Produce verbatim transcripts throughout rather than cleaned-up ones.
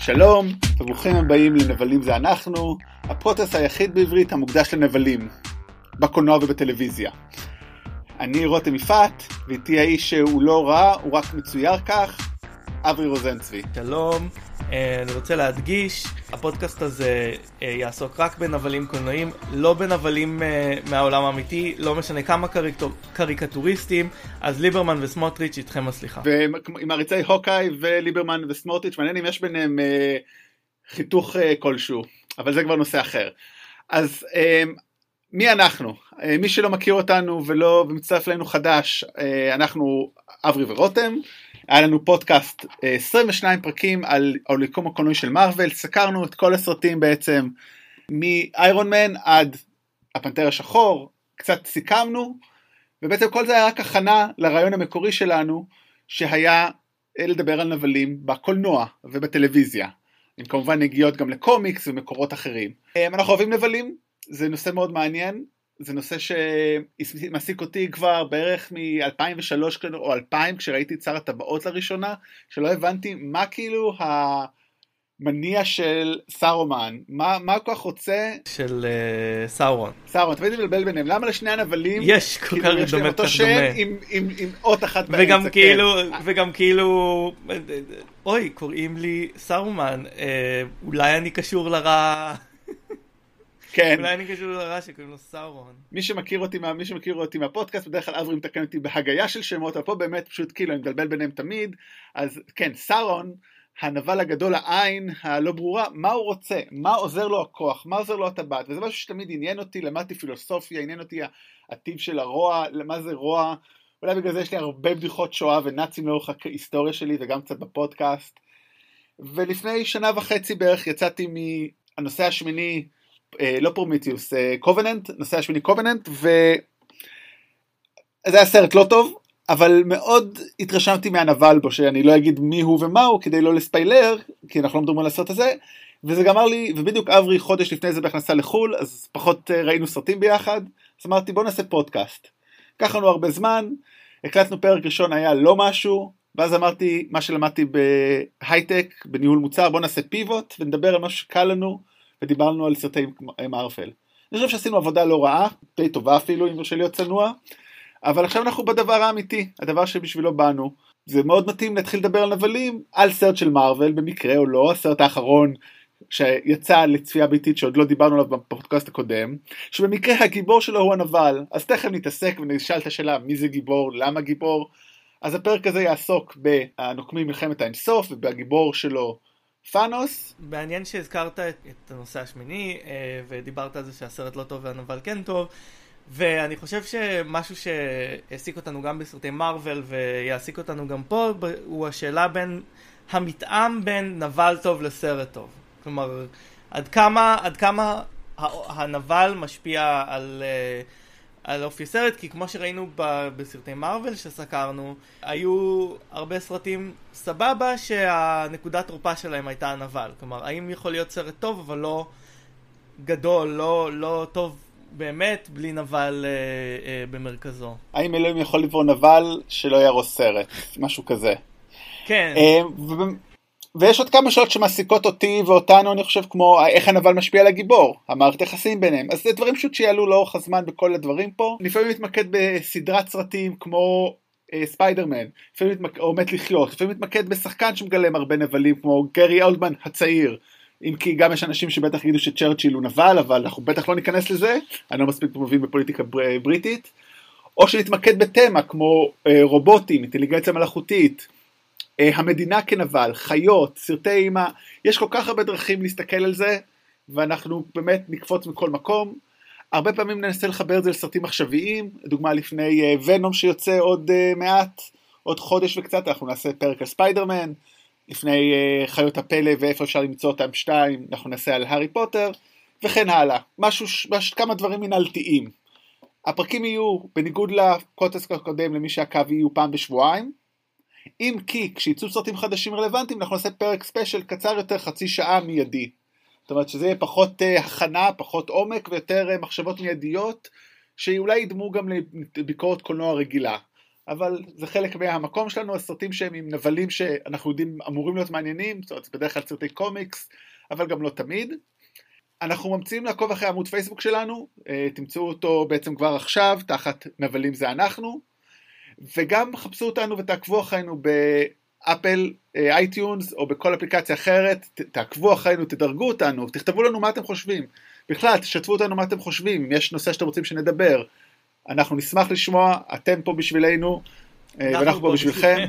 שלום, וברוכים הבאים לנבלים זה אנחנו, הפודקאסט היחיד בעברית המוקדש לנבלים, בקולנוע ובטלוויזיה. אני רותם יפעת, ואיתי האיש שהוא לא רע, הוא רק מצויר כך, אברי רוזנצבי. שלום, אני רוצה להדגיש, הפודקאסט הזה יעסוק רק בנבלים קולנועיים, לא בנבלים מהעולם האמיתי, לא משנה כמה קריקטוריסטים, אז ליברמן וסמוטריץ' איתכם הסליחה. ועם עריצי הוקאי וליברמן וסמוטריץ', מעניין אם יש ביניהם חיתוך כלשהו, אבל זה כבר נושא אחר. אז מי אנחנו? מי שלא מכיר אותנו ולא ומצטרף אלינו חדש, אנחנו אברי ורותם. היה לנו פודקאסט עשרים ושניים פרקים על העולם הקולנועי של מארוול, סקרנו את כל הסרטים בעצם מאיירון מן עד הפנתר השחור, קצת סיכמנו, ובעצם כל זה היה רק הכנה לרעיון המקורי שלנו, שהיה לדבר על נבלים בקולנוע ובטלוויזיה, עם כמובן נגיעות גם לקומיקס ומקורות אחרים. אנחנו אוהבים נבלים, זה נושא מאוד מעניין, זה נושא שמעסיק אותי כבר בערך מ-אלפיים ושלוש או אלפיים, כשראיתי את שר הטבעות לראשונה, שלא הבנתי מה כאילו המניע של סארומן, מה, מה כל כך רוצה... של uh, סאורון. סאורון, תמיד לבלבל ביניהם, למה לשני הנבלים? יש כל כך דומה, יש להם אותו שם עם, עם, עם אות אחת באמצע. וגם כאילו, וגם כאילו, אוי, קוראים לי סארומן, אה, אולי אני קשור לרע... כן. אולי אני קשור לרע שקוראים לו סאורון. מי שמכיר אותי, מי שמכיר אותי מהפודקאסט, בדרך כלל אברי מתקן אותי בהגיה של שמות, אבל פה באמת פשוט כאילו אני מדלבל ביניהם תמיד. אז כן, סאורון, הנבל הגדול, העין הלא ברורה, מה הוא רוצה? מה עוזר לו הכוח? מה עוזר לו הטבעת? וזה משהו שתמיד עניין אותי, למדתי פילוסופיה, עניין אותי הטיב של הרוע, מה זה רוע. אולי בגלל זה יש לי הרבה בדיחות שואה ונאצים לאורך ההיסטוריה שלי וגם קצת בפודקאסט. ולפני שנה וחצי בערך יצאתי מהנושא השמיני, לא פרומיתיוס, קובננט, נושא השמיני קובננט, וזה היה סרט לא טוב, אבל מאוד התרשמתי מהנבל בו, שאני לא אגיד מי הוא ומה הוא, כדי לא לספיילר, כי אנחנו לא מדברים על הסרט הזה, וזה גמר לי, ובדיוק אברי חודש לפני זה בהכנסה לחול, אז פחות ראינו סרטים ביחד, אז אמרתי בוא נעשה פודקאסט. לקח לנו הרבה זמן, הקלטנו פרק ראשון היה לא משהו, ואז אמרתי מה שלמדתי בהייטק, בניהול מוצר, בוא נעשה פיבוט, ונדבר על משהו שקל לנו, ודיברנו על סרטי מארוול. אני חושב שעשינו עבודה לא רעה, די טובה אפילו, אם ירשה להיות צנוע, אבל עכשיו אנחנו בדבר האמיתי, הדבר שבשבילו באנו. זה מאוד מתאים להתחיל לדבר על נבלים, על סרט של מארוול, במקרה או לא, הסרט האחרון שיצא לצפייה ביתית, שעוד לא דיברנו עליו בפודקאסט הקודם, שבמקרה הגיבור שלו הוא הנבל, אז תכף נתעסק ונשאל את השאלה, מי זה גיבור, למה גיבור? אז הפרק הזה יעסוק בנוקמים מלחמת האינסוף, ובגיבור שלו, פאנוס. מעניין שהזכרת את, את הנושא השמיני ודיברת על זה שהסרט לא טוב והנבל כן טוב, ואני חושב שמשהו שהעסיק אותנו גם בסרטי מארוול ויעסיק אותנו גם פה הוא השאלה בין המתאם בין נבל טוב לסרט טוב. כלומר, עד כמה, עד כמה הנבל משפיע על על אופי סרט, כי כמו שראינו בסרטי מארוול שסקרנו, היו הרבה סרטים סבבה שהנקודת תורפה שלהם הייתה הנבל. כלומר, האם יכול להיות סרט טוב, אבל לא גדול, לא, לא טוב באמת, בלי נבל אה, אה, במרכזו. האם אלוהים יכול לברוא נבל שלא ירוס סרט, משהו כזה. כן. אה, ו... ויש עוד כמה שאלות שמעסיקות אותי ואותנו, אני חושב, כמו איך הנבל משפיע על הגיבור, המערכת יחסים ביניהם. אז זה דברים פשוט שיעלו לאורך הזמן בכל הדברים פה. לפעמים מתמקד בסדרת סרטים כמו אה, ספיידרמן, לפעמים מתמק... או מת לחיות, לפעמים מתמקד בשחקן שמגלם הרבה נבלים, כמו גרי אולדמן הצעיר, אם כי גם יש אנשים שבטח יגידו שצ'רצ'יל הוא נבל, אבל אנחנו בטח לא ניכנס לזה, אני לא מספיק מבין בפוליטיקה בר... בריטית. או שנתמקד בתמה כמו אה, רובוטים, אינטליגנציה מלאכותית, המדינה כנבל, חיות, סרטי אימא, יש כל כך הרבה דרכים להסתכל על זה, ואנחנו באמת נקפוץ מכל מקום. הרבה פעמים ננסה לחבר את זה לסרטים עכשוויים, לדוגמה לפני ונום שיוצא עוד מעט, עוד חודש וקצת, אנחנו נעשה פרק על ספיידרמן, לפני חיות הפלא ואיפה אפשר למצוא אותם שתיים, אנחנו נעשה על הארי פוטר, וכן הלאה. משהו, מש, כמה דברים מנהלתיים. הפרקים יהיו, בניגוד לקוטס הקודם, למי שעקב יהיו פעם בשבועיים, אם כי כשיצאו סרטים חדשים רלוונטיים אנחנו נעשה פרק ספיישל קצר יותר, חצי שעה מיידי. זאת אומרת שזה יהיה פחות uh, הכנה, פחות עומק ויותר uh, מחשבות מיידיות שאולי ידמו גם לביקורת קולנוע רגילה. אבל זה חלק מהמקום שלנו, הסרטים שהם עם נבלים שאנחנו יודעים אמורים להיות מעניינים, זאת אומרת, בדרך כלל סרטי קומיקס, אבל גם לא תמיד. אנחנו ממציאים לעקוב אחרי עמוד פייסבוק שלנו, תמצאו אותו בעצם כבר עכשיו, תחת נבלים זה אנחנו, וגם חפשו אותנו ותעקבו אחרינו באפל, אייטיונס, או בכל אפליקציה אחרת, תעקבו אחרינו, תדרגו אותנו, תכתבו לנו מה אתם חושבים, בכלל, תשתפו אותנו מה אתם חושבים, אם יש נושא שאתם רוצים שנדבר, אנחנו נשמח לשמוע, אתם פה בשבילנו, ואנחנו פה בשבילכם,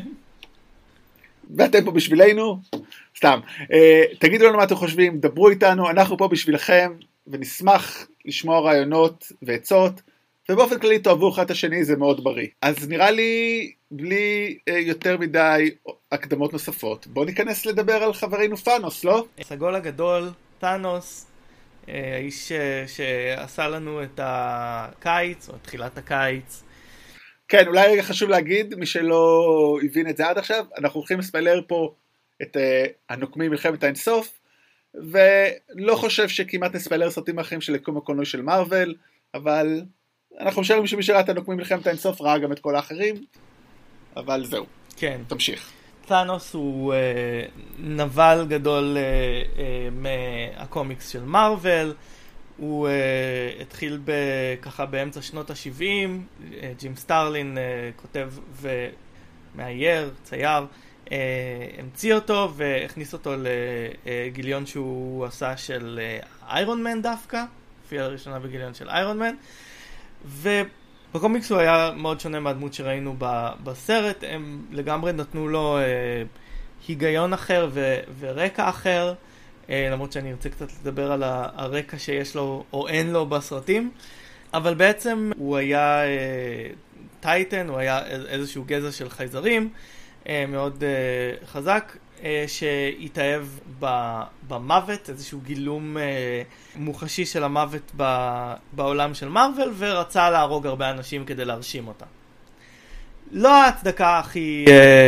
ואתם פה בשבילנו, סתם, תגידו לנו מה אתם חושבים, דברו איתנו, אנחנו פה בשבילכם, ונשמח לשמוע רעיונות ועצות, ובאופן כללי תאהבו אחד את השני, זה מאוד בריא. אז נראה לי, בלי יותר מדי הקדמות נוספות, בואו ניכנס לדבר על חברינו פאנוס, לא? הסגול הגדול, פאנוס, האיש שעשה לנו את הקיץ, או את תחילת הקיץ. כן, אולי רגע חשוב להגיד, מי שלא הבין את זה עד עכשיו, אנחנו הולכים לספיילר פה את uh, הנוקמים מלחמת האינסוף, ולא חושב שכמעט נספיילר סרטים אחרים של יקום הקולנועי של מארוול, אבל אנחנו משארים שמי שראה את הנוקמים מלחמת האינסוף ראה גם את כל האחרים, אבל זהו, כן. תמשיך. תאנוס הוא uh, נבל גדול uh, uh, מהקומיקס של מארוול, הוא uh, התחיל ב, ככה באמצע שנות ה-שבעים, uh, ג'ים סטארלין uh, כותב ומאייר, צייר, uh, המציא אותו והכניס אותו לגיליון שהוא עשה של איירון מן דווקא, הופיע לראשונה בגיליון של איירון מן, ובקומיקס הוא היה מאוד שונה מהדמות שראינו ב, בסרט, הם לגמרי נתנו לו uh, היגיון אחר ו, ורקע אחר, למרות שאני ארצה קצת לדבר על הרקע שיש לו או אין לו בסרטים, אבל בעצם הוא היה טייטן, הוא היה איזשהו גזע של חייזרים מאוד חזק, שהתאהב במוות, איזשהו גילום מוחשי של המוות בעולם של מארוול, ורצה להרוג הרבה אנשים כדי להרשים אותה. לא ההצדקה הכי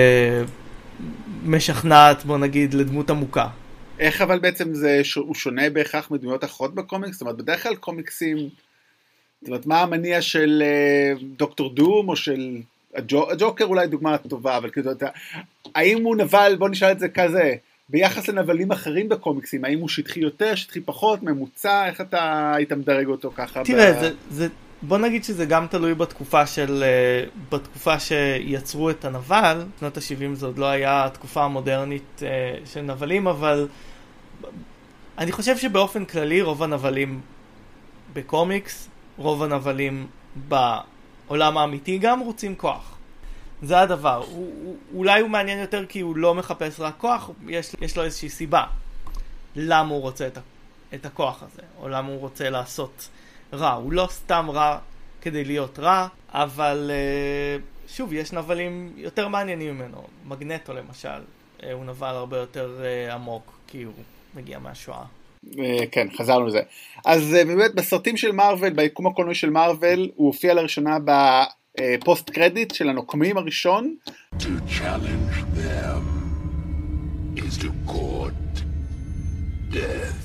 משכנעת, בוא נגיד, לדמות עמוקה. איך אבל בעצם זה, הוא שונה בהכרח מדמויות אחרות בקומיקס? זאת אומרת, בדרך כלל קומיקסים, זאת אומרת, מה המניע של דוקטור דום, או של הג'וקר אולי דוגמה טובה, אבל כאילו, האם הוא נבל, בוא נשאל את זה כזה, ביחס לנבלים אחרים בקומיקסים, האם הוא שטחי יותר, שטחי פחות, ממוצע, איך אתה היית מדרג אותו ככה? תראה, ב... זה, זה, בוא נגיד שזה גם תלוי בתקופה של, בתקופה שיצרו את הנבל, שנות ה-שבעים זה עוד לא היה התקופה המודרנית של נבלים, אבל אני חושב שבאופן כללי רוב הנבלים בקומיקס, רוב הנבלים בעולם האמיתי גם רוצים כוח. זה הדבר. הוא, הוא, אולי הוא מעניין יותר כי הוא לא מחפש רק כוח, יש, יש לו איזושהי סיבה למה הוא רוצה את, את הכוח הזה, או למה הוא רוצה לעשות רע. הוא לא סתם רע כדי להיות רע, אבל שוב, יש נבלים יותר מעניינים ממנו. מגנטו למשל, הוא נבל הרבה יותר עמוק, כי הוא מגיע מהשואה. כן, חזרנו לזה. אז באמת בסרטים של מארוול, ביקום הקולנועי של מארוול, הוא הופיע לראשונה בפוסט קרדיט של הנוקמים הראשון. To challenge them is to court death.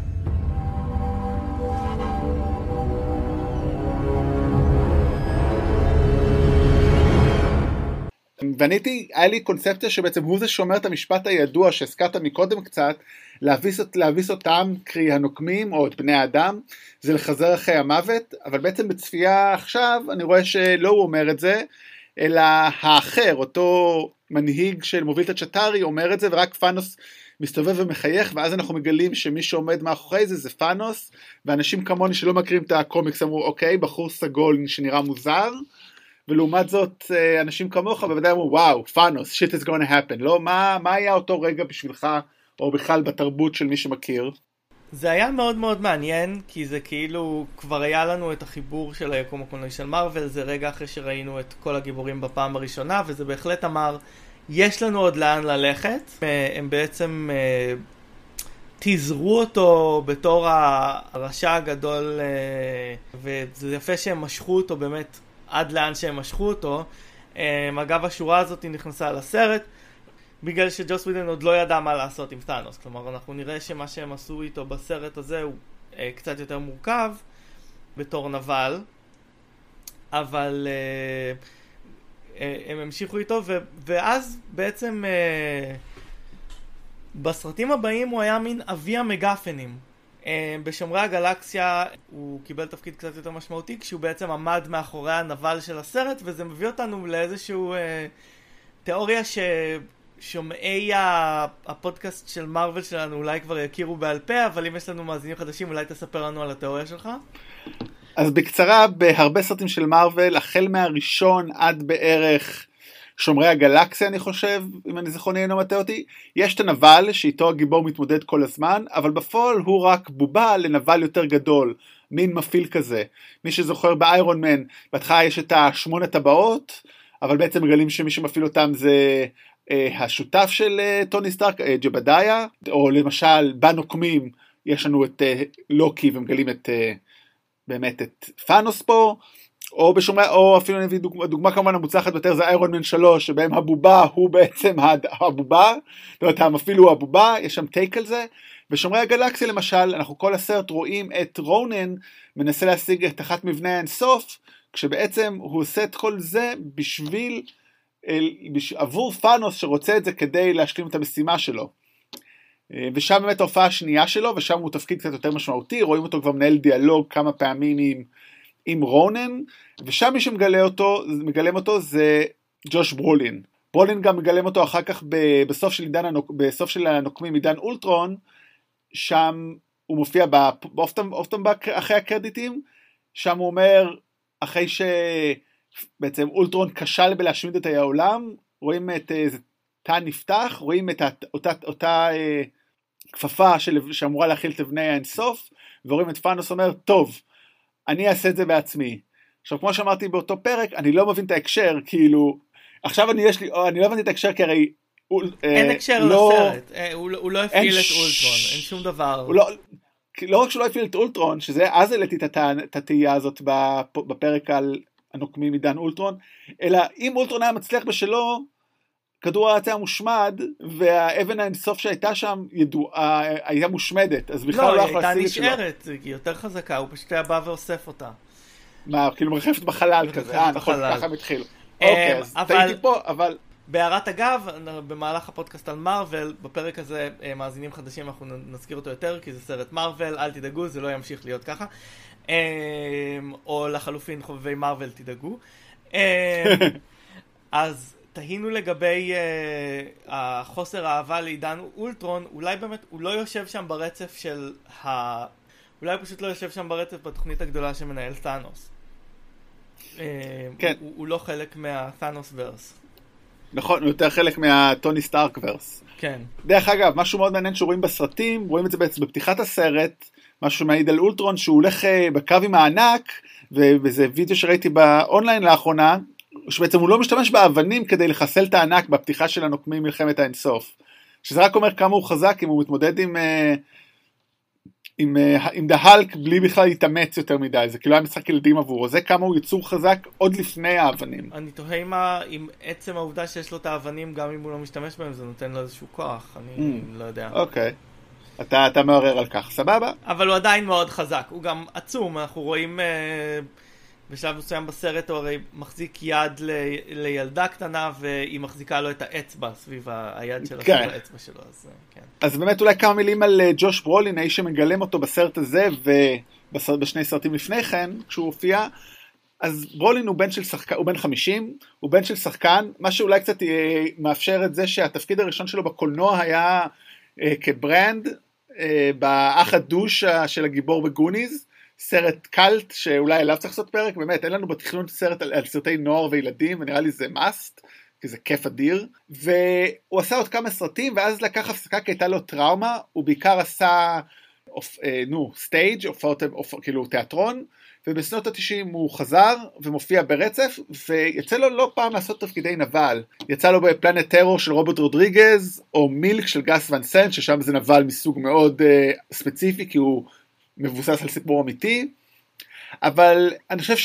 ואני הייתי, היה לי קונספציה שבעצם הוא זה שאומר את המשפט הידוע שהזכרת מקודם קצת, להביס, להביס אותם, קרי הנוקמים או את בני האדם, זה לחזר אחרי המוות, אבל בעצם בצפייה עכשיו אני רואה שלא הוא אומר את זה, אלא האחר, אותו מנהיג של מוביל את הצ'טארי אומר את זה, ורק פאנוס מסתובב ומחייך, ואז אנחנו מגלים שמי שעומד מאחורי זה זה פאנוס, ואנשים כמוני שלא מכירים את הקומיקס אמרו, אוקיי, בחור סגול שנראה מוזר, ולעומת זאת, אנשים כמוך בוודאי אמרו, וואו, פאנוס, shit is gonna happen. לא, מה, מה היה אותו רגע בשבילך, או בכלל בתרבות של מי שמכיר? זה היה מאוד מאוד מעניין, כי זה כאילו, כבר היה לנו את החיבור של היקום הקולנועי של מארוול, זה רגע אחרי שראינו את כל הגיבורים בפעם הראשונה, וזה בהחלט אמר, יש לנו עוד לאן ללכת. הם בעצם תזרו אותו בתור הרשע הגדול, וזה יפה שהם משכו אותו באמת, עד לאן שהם משכו אותו. אגב, השורה הזאת נכנסה לסרט, בגלל שג'וס ווידן עוד לא ידע מה לעשות עם תאנוס. כלומר, אנחנו נראה שמה שהם עשו איתו בסרט הזה הוא אה, קצת יותר מורכב, בתור נבל, אבל אה, הם המשיכו איתו, ו- ואז בעצם בסרטים הבאים הוא היה מין אבי המגפנים. בשומרי הגלקסיה הוא קיבל תפקיד קצת יותר משמעותי, כשהוא בעצם עמד מאחורי הנבל של הסרט, וזה מביא אותנו לאיזשהו תיאוריה ששומעי הפודקאסט של מרוול שלנו אולי כבר יכירו בעל פה, אבל אם יש לנו מאזינים חדשים, אולי תספר לנו על התיאוריה שלך. אז בקצרה, בהרבה סרטים של מרוול, החל מהראשון עד בערך שומרי הגלקסיה, אני חושב, אם אני זכרוני אינו מטעה אותי, יש את הנבל שאיתו הגיבור מתמודד כל הזמן, אבל בפועל הוא רק בובה לנבל יותר גדול, מין מפעיל כזה. מי שזוכר באיירון מן, בהתחלה יש את השמונה טבעות, אבל בעצם מגלים שמי שמפעיל אותם זה אה, השותף של אה, טוני סטארק, אה, ג'בדאיה, או למשל בנוקמים, יש לנו את אה, לוקי ומגלים את... אה, באמת את פאנוס פה, או בשומרי, או אפילו נביא דוגמה, דוגמה כמובן המוצלחת ביותר זה איירון מן שלוש, שבהם הבובה הוא בעצם הבובה, זאת אומרת המפעיל הוא הבובה, יש שם טייק על זה, בשומרי הגלקסיה למשל, אנחנו כל הסרט רואים את רונן, מנסה להשיג את אחת מבני האינסוף, כשבעצם הוא עושה את כל זה בשביל, עבור פאנוס שרוצה את זה כדי להשלים את המשימה שלו. ושם באמת ההופעה השנייה שלו, ושם הוא תפקיד קצת יותר משמעותי, רואים אותו כבר מנהל דיאלוג כמה פעמים עם, עם רונן, ושם מי שמגלם אותו, מגלם אותו זה ג'וש ברולין. ברולין גם מגלם אותו אחר כך בסוף של, עידן הנוק, בסוף של הנוקמים עידן אולטרון, שם הוא מופיע באופטום אחרי הקרדיטים, שם הוא אומר, אחרי שבעצם אולטרון כשל בלהשמיד את העולם, רואים את זה תא נפתח, רואים את אותה, אותה אה, כפפה של, שאמורה להכיל את אבני האינסוף, ורואים את פאנוס אומר, טוב, אני אעשה את זה בעצמי. עכשיו, כמו שאמרתי באותו פרק, אני לא מבין את ההקשר, כאילו, עכשיו אני, יש לי, אני לא מבין את ההקשר, כי הרי... אין אה, הקשר לא, לסרט, אה, הוא, הוא לא הפעיל את ש... אולטרון, אין שום דבר. לא, לא רק שהוא לא הפעיל את אולטרון, שזה, אז העליתי את התהייה הזאת בפרק על הנוקמים עידן אולטרון, אלא אם אולטרון היה מצליח בשלו, כדור הארץ היה מושמד, והאבן האינסוף שהייתה שם ידועה, הייתה מושמדת, אז בכלל לא, לא הייתה נשארת, היא יותר חזקה, הוא פשוט היה בא ואוסף אותה. מה, כאילו מרחפת בחלל כזה, אה, נכון, ככה הם התחילו. אוקיי, אז טעיתי פה, אבל... בהערת אגב, במהלך הפודקאסט על מרוול, בפרק הזה מאזינים חדשים, אנחנו נזכיר אותו יותר, כי זה סרט מרוול, אל תדאגו, זה לא ימשיך להיות ככה. או לחלופין חובבי מרוול, תדאגו. אז... תהינו לגבי uh, החוסר האהבה לעידן אולטרון, אולי באמת הוא לא יושב שם ברצף של ה... אולי הוא פשוט לא יושב שם ברצף בתוכנית הגדולה שמנהל תאנוס. Uh, כן. הוא, הוא לא חלק מהתאנוס ורס. נכון, הוא יותר חלק מהטוני סטארק ורס. כן. דרך אגב, משהו מאוד מעניין שרואים בסרטים, רואים את זה בעצם בפתיחת הסרט, משהו שמעיד על אולטרון שהוא הולך uh, בקו עם הענק, וזה וידאו שראיתי באונליין לאחרונה, שבעצם הוא לא משתמש באבנים כדי לחסל את הענק בפתיחה של הנוקמים מלחמת האינסוף. שזה רק אומר כמה הוא חזק, אם הוא מתמודד עם, עם, עם דהלק בלי בכלל להתאמץ יותר מדי. זה כאילו היה משחק ילדים עבורו. זה כמה הוא יצור חזק עוד לפני האבנים. אני תוהה מה, עם עצם העובדה שיש לו את האבנים, גם אם הוא לא משתמש בהם, זה נותן לו איזשהו כוח. אני mm. לא יודע. אוקיי. אתה, אתה מעורר על כך. סבבה? אבל הוא עדיין מאוד חזק. הוא גם עצום. אנחנו רואים... בשלב מסוים בסרט הוא הרי מחזיק יד ל... לילדה קטנה, והיא מחזיקה לו את האצבע סביב היד שלה, כן. סביב האצבע שלו. אז, כן. אז באמת אולי כמה מילים על ג'וש ברולין, האיש שמגלם אותו בסרט הזה, ובשני סרטים לפני כן, כשהוא הופיע. אז ברולין הוא בן של שחקן, הוא בן חמישים, הוא בן של שחקן, מה שאולי קצת מאפשר את זה שהתפקיד הראשון שלו בקולנוע היה אה, כברנד, אה, באח הדוש של הגיבור בגוניז, סרט קלט שאולי אליו צריך לעשות פרק, באמת אין לנו בתכנון סרט על, על סרטי נוער וילדים, ונראה לי זה מאסט, כי זה כיף אדיר, והוא עשה עוד כמה סרטים, ואז לקח הפסקה כי הייתה לו טראומה, הוא בעיקר עשה, אופ, אה, נו, סטייג', הופעות, אופ, כאילו תיאטרון, ובשנות ה-תשעים הוא חזר ומופיע ברצף, ויצא לו לא פעם לעשות תפקידי נבל, יצא לו בפלנט טרור של רוברט רודריגז, או מילק של גס ון סנט, ששם זה נבל מסוג מאוד אה, ספציפי, כי הוא מבוסס על סיפור אמיתי, אבל אני חושב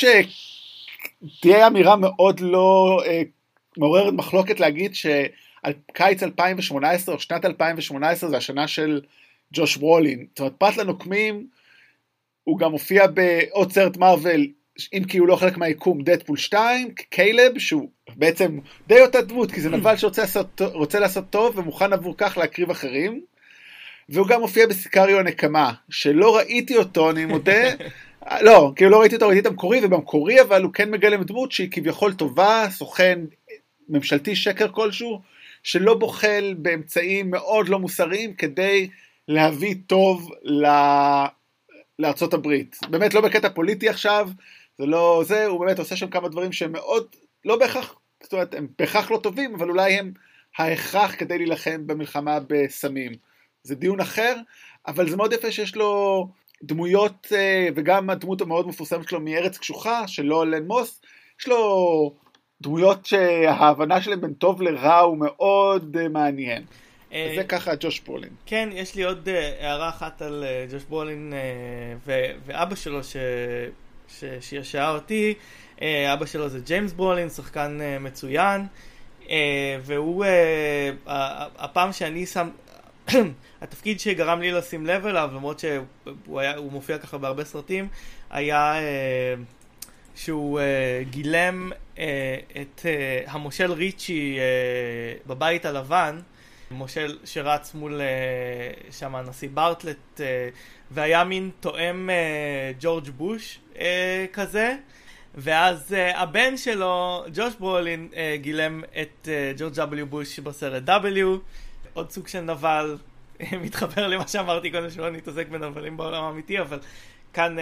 שתהיה אמירה מאוד לא אה, מעוררת מחלוקת להגיד שעל קיץ אלפיים ושמונה עשרה או שנת אלפיים ושמונה עשרה זה השנה של ג'וש ברולין. זאת אומרת, פרט לנוקמים, הוא גם הופיע בעוד סרט מרוול אם כי הוא לא חלק מהיקום, דדפול שתיים, קיילב, שהוא בעצם די אותה דמות, כי זה נבל שרוצה לעשות, רוצה לעשות טוב, ומוכן עבור כך להקריב אחרים, והוא גם מופיע בסיקריו הנקמה, שלא ראיתי אותו, אני מודה, לא, כאילו לא ראיתי אותו, ראיתי את המקורי, ובמקורי, אבל הוא כן מגלם דמות שהיא כביכול טובה, סוכן ממשלתי שקר כלשהו, שלא בוחל באמצעים מאוד לא מוסריים, כדי להביא טוב ל... לארצות הברית. באמת לא בקטע פוליטי עכשיו, זה לא זה, הוא באמת עושה שם כמה דברים שהם מאוד, לא בהכרח, זאת אומרת, הם בהכרח לא טובים, אבל אולי הם ההכרח כדי להילחם במלחמה בסמים. זה דיון אחר, אבל זה מאוד יפה שיש לו דמויות, וגם הדמות המאוד מפורסמת שלו מארץ קשוחה, שלא אלן מוס, יש לו דמויות שההבנה שלהם בין טוב לרע הוא מאוד מעניין. זה ככה ג'וש ברולין. כן, יש לי עוד הערה אחת על ג'וש ברולין ואבא שלו שישעה אותי. אבא שלו זה ג'יימס ברולין, שחקן מצוין, והוא הפעם שאני שם התפקיד שגרם לי לשים לב אליו, למרות שהוא היה, הוא מופיע ככה בהרבה סרטים, היה שהוא גילם את המושל ריצ'י בבית הלבן, מושל שרץ מול שם הנשיא ברטלט, והיה מין תואם ג'ורג' בוש כזה, ואז הבן שלו, ג'וש ברולין, גילם את ג'ורג' דאבליו בוש בסרט W, עוד סוג של נבל, מתחבר למה שאמרתי קודם שלא נתעסק בנבלים בעולם האמיתי, אבל כאן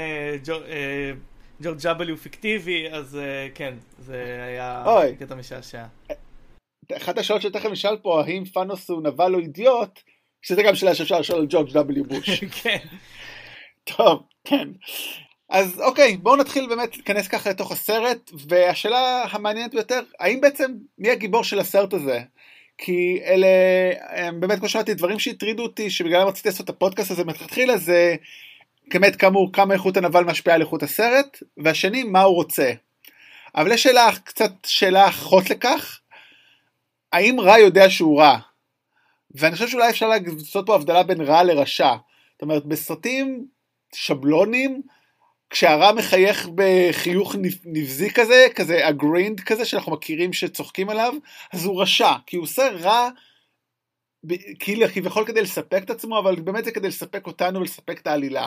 ג'ורג' דאבליו פיקטיבי, אז כן, זה היה קטע משעשע. אחת השאלות שתכף נשאל פה, האם פאנוס הוא נבל או אידיוט, שזה גם שאלה שאפשר לשאול על ג'ורג' דאבליו בוש. כן. טוב, כן. אז אוקיי, בואו נתחיל באמת להיכנס ככה לתוך הסרט, והשאלה המעניינת ביותר, האם בעצם מי הגיבור של הסרט הזה? כי אלה, באמת כמו שמעתי, דברים שהטרידו אותי, שבגללם רציתי לעשות את הפודקאסט הזה מתחילה, זה באמת כאמור, כמה איכות הנבל משפיעה על איכות הסרט, והשני, מה הוא רוצה. אבל יש שאלה, קצת שאלה אחות לכך, האם רע יודע שהוא רע? ואני חושב שאולי אפשר לעשות פה הבדלה בין רע לרשע. זאת אומרת, בסרטים שבלונים, כשהרע מחייך בחיוך נבזי כזה, כזה אגרינד כזה, שאנחנו מכירים שצוחקים עליו, אז הוא רשע, כי הוא עושה רע, כאילו כביכול כדי לספק את עצמו, אבל באמת זה כדי לספק אותנו ולספק את העלילה.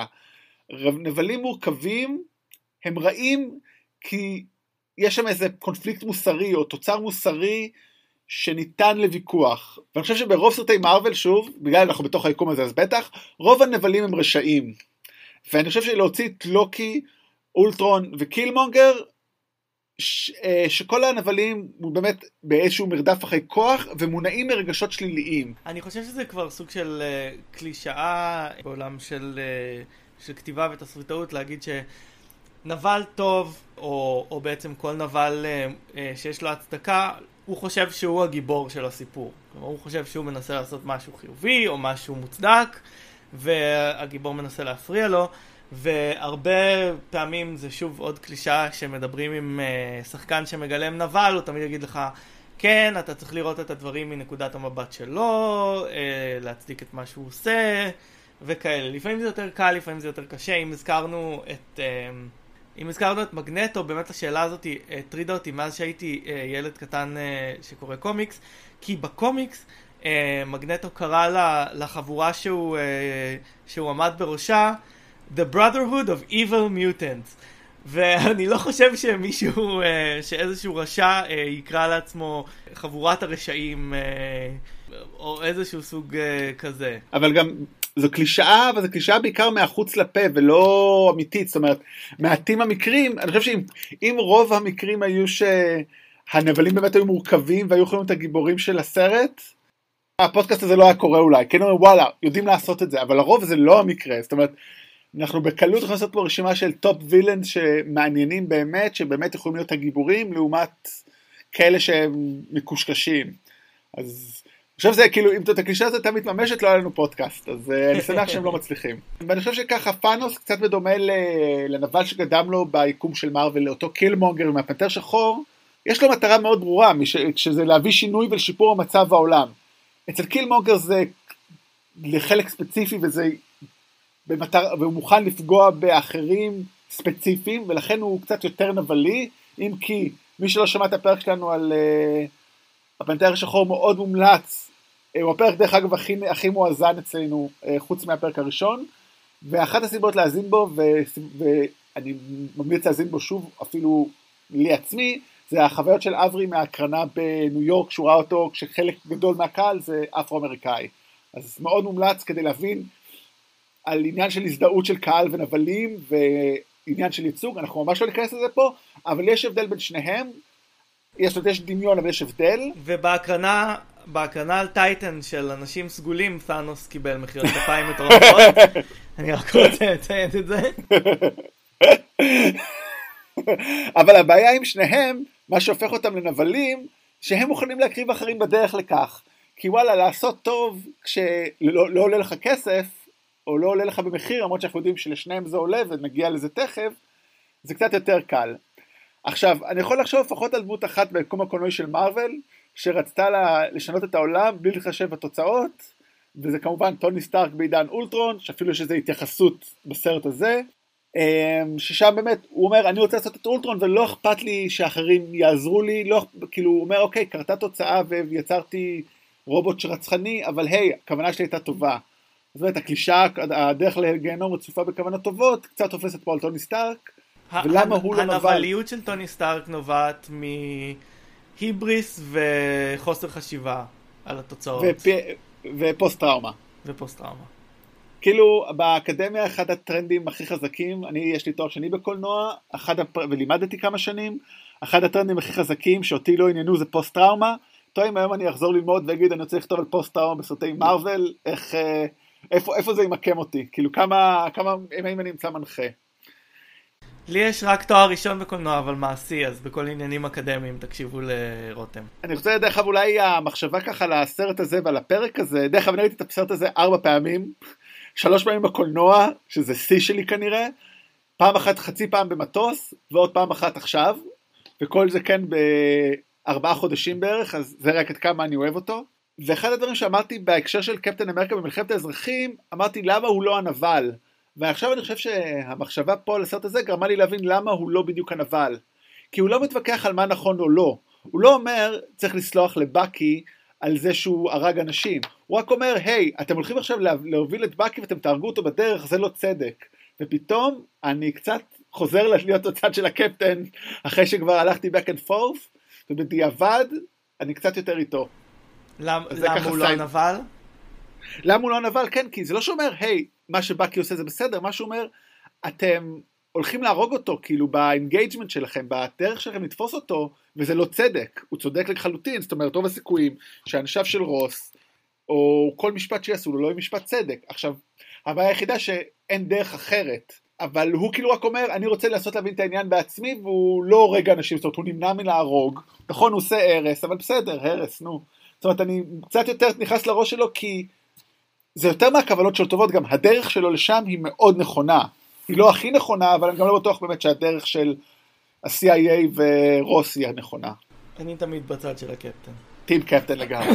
נבלים מורכבים, הם רעים, כי יש שם איזה קונפליקט מוסרי, או תוצר מוסרי, שניתן לוויכוח. ואני חושב שברוב סרטי מארוול, שוב, בגלל אנחנו בתוך היקום הזה, אז בטח, רוב הנבלים הם רשעים. ואני חושב שלהוציא את לוקי, אולטרון וקילמונגר, ש, שכל הנבלים הוא באמת באיזשהו מרדף אחרי כוח, ומונעים מרגשות שליליים. אני חושב שזה כבר סוג של uh, קלישאה בעולם של, uh, של כתיבה ותסריטאות, להגיד שנבל טוב, או, או בעצם כל נבל uh, uh, שיש לו הצדקה, הוא חושב שהוא הגיבור של הסיפור. כלומר, הוא חושב שהוא מנסה לעשות משהו חיובי, או משהו מוצדק, והגיבור מנסה להפריע לו, והרבה פעמים זה שוב עוד קלישה שמדברים עם uh, שחקן שמגלם נבל, הוא תמיד יגיד לך, כן, אתה צריך לראות את הדברים מנקודת המבט שלו, uh, להצדיק את מה שהוא עושה, וכאלה. לפעמים זה יותר קל, לפעמים זה יותר קשה. אם הזכרנו את, uh, אם הזכרנו את מגנטו, באמת השאלה הזאת הטרידה אותי מאז שהייתי uh, ילד קטן uh, שקורא קומיקס, כי בקומיקס, Uh, מגנטו קרא לחבורה שהוא, uh, שהוא עמד בראשה The Brotherhood of Evil Mutants, ואני לא חושב שמישהו, uh, שאיזשהו רשע uh, יקרא לעצמו חבורת הרשעים uh, או איזשהו סוג uh, כזה. אבל גם זו קלישאה, אבל זו קלישאה בעיקר מהחוץ לפה ולא אמיתית. זאת אומרת, מעטים המקרים, אני חושב שאם אם רוב המקרים היו שהנבלים באמת היו מורכבים והיו יכולים את הגיבורים של הסרט, הפודקאסט הזה לא היה קורה אולי, כן אומר וואלה, יודעים לעשות את זה, אבל לרוב זה לא המקרה. זאת אומרת, אנחנו בקלות יכולים לעשות פה רשימה של טופ וילאנס שמעניינים באמת, שבאמת יכולים להיות הגיבורים, לעומת כאלה שהם מקושקשים. אז אני חושב שזה כאילו, אם את הקלישה הזאת הייתה מתממשת, לא היה לנו פודקאסט, אז אני שמח שהם לא מצליחים. ואני חושב שככה, פאנוס קצת בדומה לנבל שקדם לו ביקום של מארוול, לאותו קילמונגר מהפנתר שחור, יש לו מטרה מאוד ברורה, שזה להביא שינוי ולשיפור המצב בעולם. אצל קילמונגר זה לחלק ספציפי, וזה במטר, והוא מוכן לפגוע באחרים ספציפיים, ולכן הוא קצת יותר נבלי, אם כי מי שלא שמע את הפרק שלנו על uh, הפנתר השחור מאוד מומלץ, uh, הוא הפרק דרך אגב הכי, הכי מואזן אצלנו, uh, חוץ מהפרק הראשון, ואחת הסיבות להאזין בו, ו, ואני ממליץ להאזין בו שוב, אפילו לי עצמי, זה החוויות של אברי מהקרנה בניו יורק, שהוא ראה אותו כשחלק גדול מהקהל זה אפרו-אמריקאי. אז מאוד מומלץ כדי להבין על עניין של הזדהות של קהל ונבלים, ועניין של ייצוג, אנחנו ממש לא ניכנס לזה פה, אבל יש הבדל בין שניהם, יש, יש דמיון אבל יש הבדל. ובהקרנה, בהקרנה על טייטן של אנשים סגולים, ת'אנוס קיבל מחיאות כפיים מטורפות. אני רק רוצה לציין את זה. אבל הבעיה עם שניהם, מה שהופך אותם לנבלים, שהם מוכנים להקריב אחרים בדרך לכך. כי וואלה, לעשות טוב כשלא לא עולה לך כסף, או לא עולה לך במחיר, למרות שאנחנו יודעים שלשניהם זה עולה, ונגיע לזה תכף, זה קצת יותר קל. עכשיו, אני יכול לחשוב לפחות על דמות אחת בקום הקולנועי של מארוול, שרצתה לה, לשנות את העולם בלי לחשב בתוצאות, וזה כמובן טוני סטארק בעידן אולטרון, שאפילו שזה התייחסות בסרט הזה, ששם באמת הוא אומר, אני רוצה לעשות את אולטרון, ולא אכפת לי שאחרים יעזרו לי, לא, כאילו הוא אומר, אוקיי, קרתה תוצאה ויצרתי רובוט שרצחני, אבל היי, הכוונה שלי הייתה טובה. זאת אומרת, הקלישה, הדרך לגיהנום רצופה בכוונות טובות, קצת תופסת פה על טוני סטארק, ולמה הוא לא נבל? הנבליות של טוני סטארק נובעת מהיבריס וחוסר חשיבה על התוצאות. ופוסט טראומה. ופוסט טראומה. כאילו, באקדמיה אחד הטרנדים הכי חזקים, אני יש לי תואר שני בקולנוע, אחד הפ... ולימדתי כמה שנים, אחד הטרנדים הכי חזקים שאותי לא עניינו זה פוסט טראומה, טוב אם היום אני אחזור ללמוד ואגיד אני רוצה לכתוב על פוסט טראומה בסרטי מארוול, איך, איפה, איפה זה ימקם אותי, כאילו כמה, כמה, אם אני אמצא מנחה. לי יש רק תואר ראשון בקולנוע, אבל מעשי, אז בכל עניינים אקדמיים תקשיבו לרותם. אני רוצה דרך אגב אולי המחשבה ככה על הסרט הזה ועל הפרק הזה, דרך אגב אני ראיתי את הסרט הזה ארבע פעמים, שלוש פעמים בקולנוע, שזה שיא שלי כנראה, פעם אחת חצי פעם במטוס, ועוד פעם אחת עכשיו, וכל זה כן בארבעה חודשים בערך, אז זה רק עד כמה אני אוהב אותו. ואחד הדברים שאמרתי בהקשר של קפטן אמריקה במלחמת האזרחים, אמרתי למה הוא לא הנבל, ועכשיו אני חושב שהמחשבה פה על הסרט הזה גרמה לי להבין למה הוא לא בדיוק הנבל, כי הוא לא מתווכח על מה נכון או לא, הוא לא אומר צריך לסלוח לבקי על זה שהוא הרג אנשים, הוא רק אומר היי, אתם הולכים עכשיו להוביל את בקי ואתם תהרגו אותו בדרך, זה לא צדק, ופתאום אני קצת חוזר להיות הצד של הקפטן, אחרי שכבר הלכתי back and forth, ובדיעבד אני קצת יותר איתו. למה הוא לא נבל? למה הוא לא נבל? כן, כי זה לא שאומר היי, מה שבקי עושה זה בסדר, מה שהוא אומר, אתם הולכים להרוג אותו, כאילו באנגייג'מנט שלכם, בדרך שלכם לתפוס אותו, וזה לא צדק, הוא צודק לחלוטין, זאת אומרת, רוב הסיכויים שהאנשיו של רוס, או כל משפט שיעשו לו, לא יהיה משפט צדק. עכשיו, הבעיה היחידה שאין דרך אחרת, אבל הוא כאילו רק אומר, אני רוצה לעשות להבין את העניין בעצמי, והוא לא הורג אנשים, זאת אומרת, הוא נמנע מלהרוג, נכון, הוא עושה הרס, אבל בסדר, הרס, נו. זאת אומרת, אני קצת יותר נכנס לראש שלו, כי זה יותר מהכוונות של טובות, גם הדרך שלו לשם היא מאוד נכונה. היא לא הכי נכונה, אבל אני גם לא בטוח באמת שהדרך של ה-סי איי איי ורוס היא הנכונה. אני תמיד בצד של הקפטן. טים קפטן לגמרי.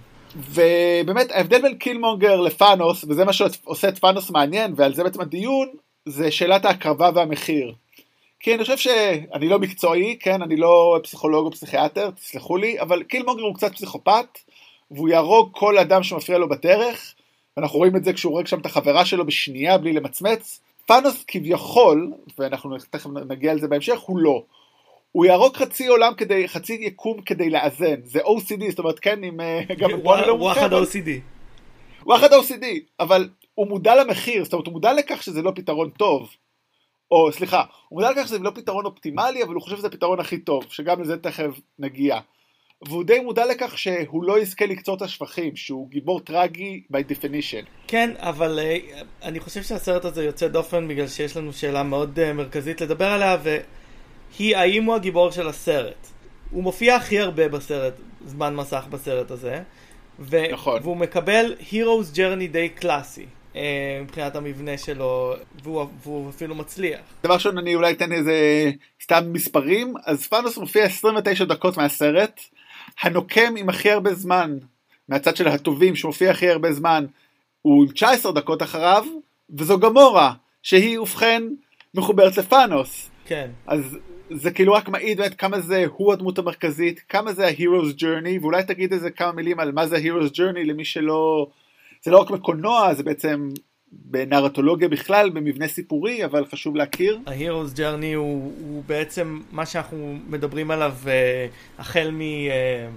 ובאמת ההבדל בין קילמונגר לפאנוס, וזה מה שעושה את פאנוס מעניין, ועל זה בעצם הדיון, זה שאלת ההקרבה והמחיר. כי אני חושב שאני לא מקצועי, כן, אני לא פסיכולוג או פסיכיאטר, תסלחו לי, אבל קילמונגר הוא קצת פסיכופת, והוא יהרוג כל אדם שמפריע לו בדרך, ואנחנו רואים את זה כשהוא הורג שם את החברה שלו בשנייה בלי למצמץ. פאנוס כביכול, ואנחנו תכף נגיע על זה בהמשך, הוא לא. הוא יהרוג חצי עולם כדי, חצי יקום כדי לאזן. זה או סי די, זאת אומרת, כן, עם... הוא אחד ה-או סי די. הוא אחד ה-או סי די, אבל הוא מודע למחיר, זאת אומרת, הוא מודע לכך שזה לא פתרון טוב. או, סליחה, הוא מודע לכך שזה לא פתרון אופטימלי, אבל הוא חושב שזה הפתרון הכי טוב, שגם לזה תכף נגיע. והוא די מודע לכך שהוא לא יזכה לקצור את השפכים, שהוא גיבור טרגי by definition. כן, אבל uh, אני חושב שהסרט הזה יוצא דופן בגלל שיש לנו שאלה מאוד uh, מרכזית לדבר עליה, והיא האם הוא הגיבור של הסרט. הוא מופיע הכי הרבה בסרט, זמן מסך בסרט הזה, ו- נכון. והוא מקבל Hero's Journey די קלאסי, uh, מבחינת המבנה שלו, והוא, והוא אפילו מצליח. דבר ראשון, אני אולי אתן איזה סתם מספרים, אז פאנוס מופיע עשרים ותשע דקות מהסרט, הנוקם עם הכי הרבה זמן, מהצד של הטובים שמופיע הכי הרבה זמן, הוא תשע עשרה דקות אחריו, וזו גמורה, שהיא ובכן מחוברת לפאנוס. כן. אז זה כאילו רק מעיד באמת כמה זה הוא הדמות המרכזית, כמה זה ה-Hero's Journey, ואולי תגיד איזה כמה מילים על מה זה ה-Hero's Journey למי שלא, זה לא רק בקולנוע, זה בעצם בנרטולוגיה בכלל, במבנה סיפורי, אבל חשוב להכיר. ה-Hero's Journey הוא, הוא בעצם מה שאנחנו מדברים עליו uh, החל מ... Uh,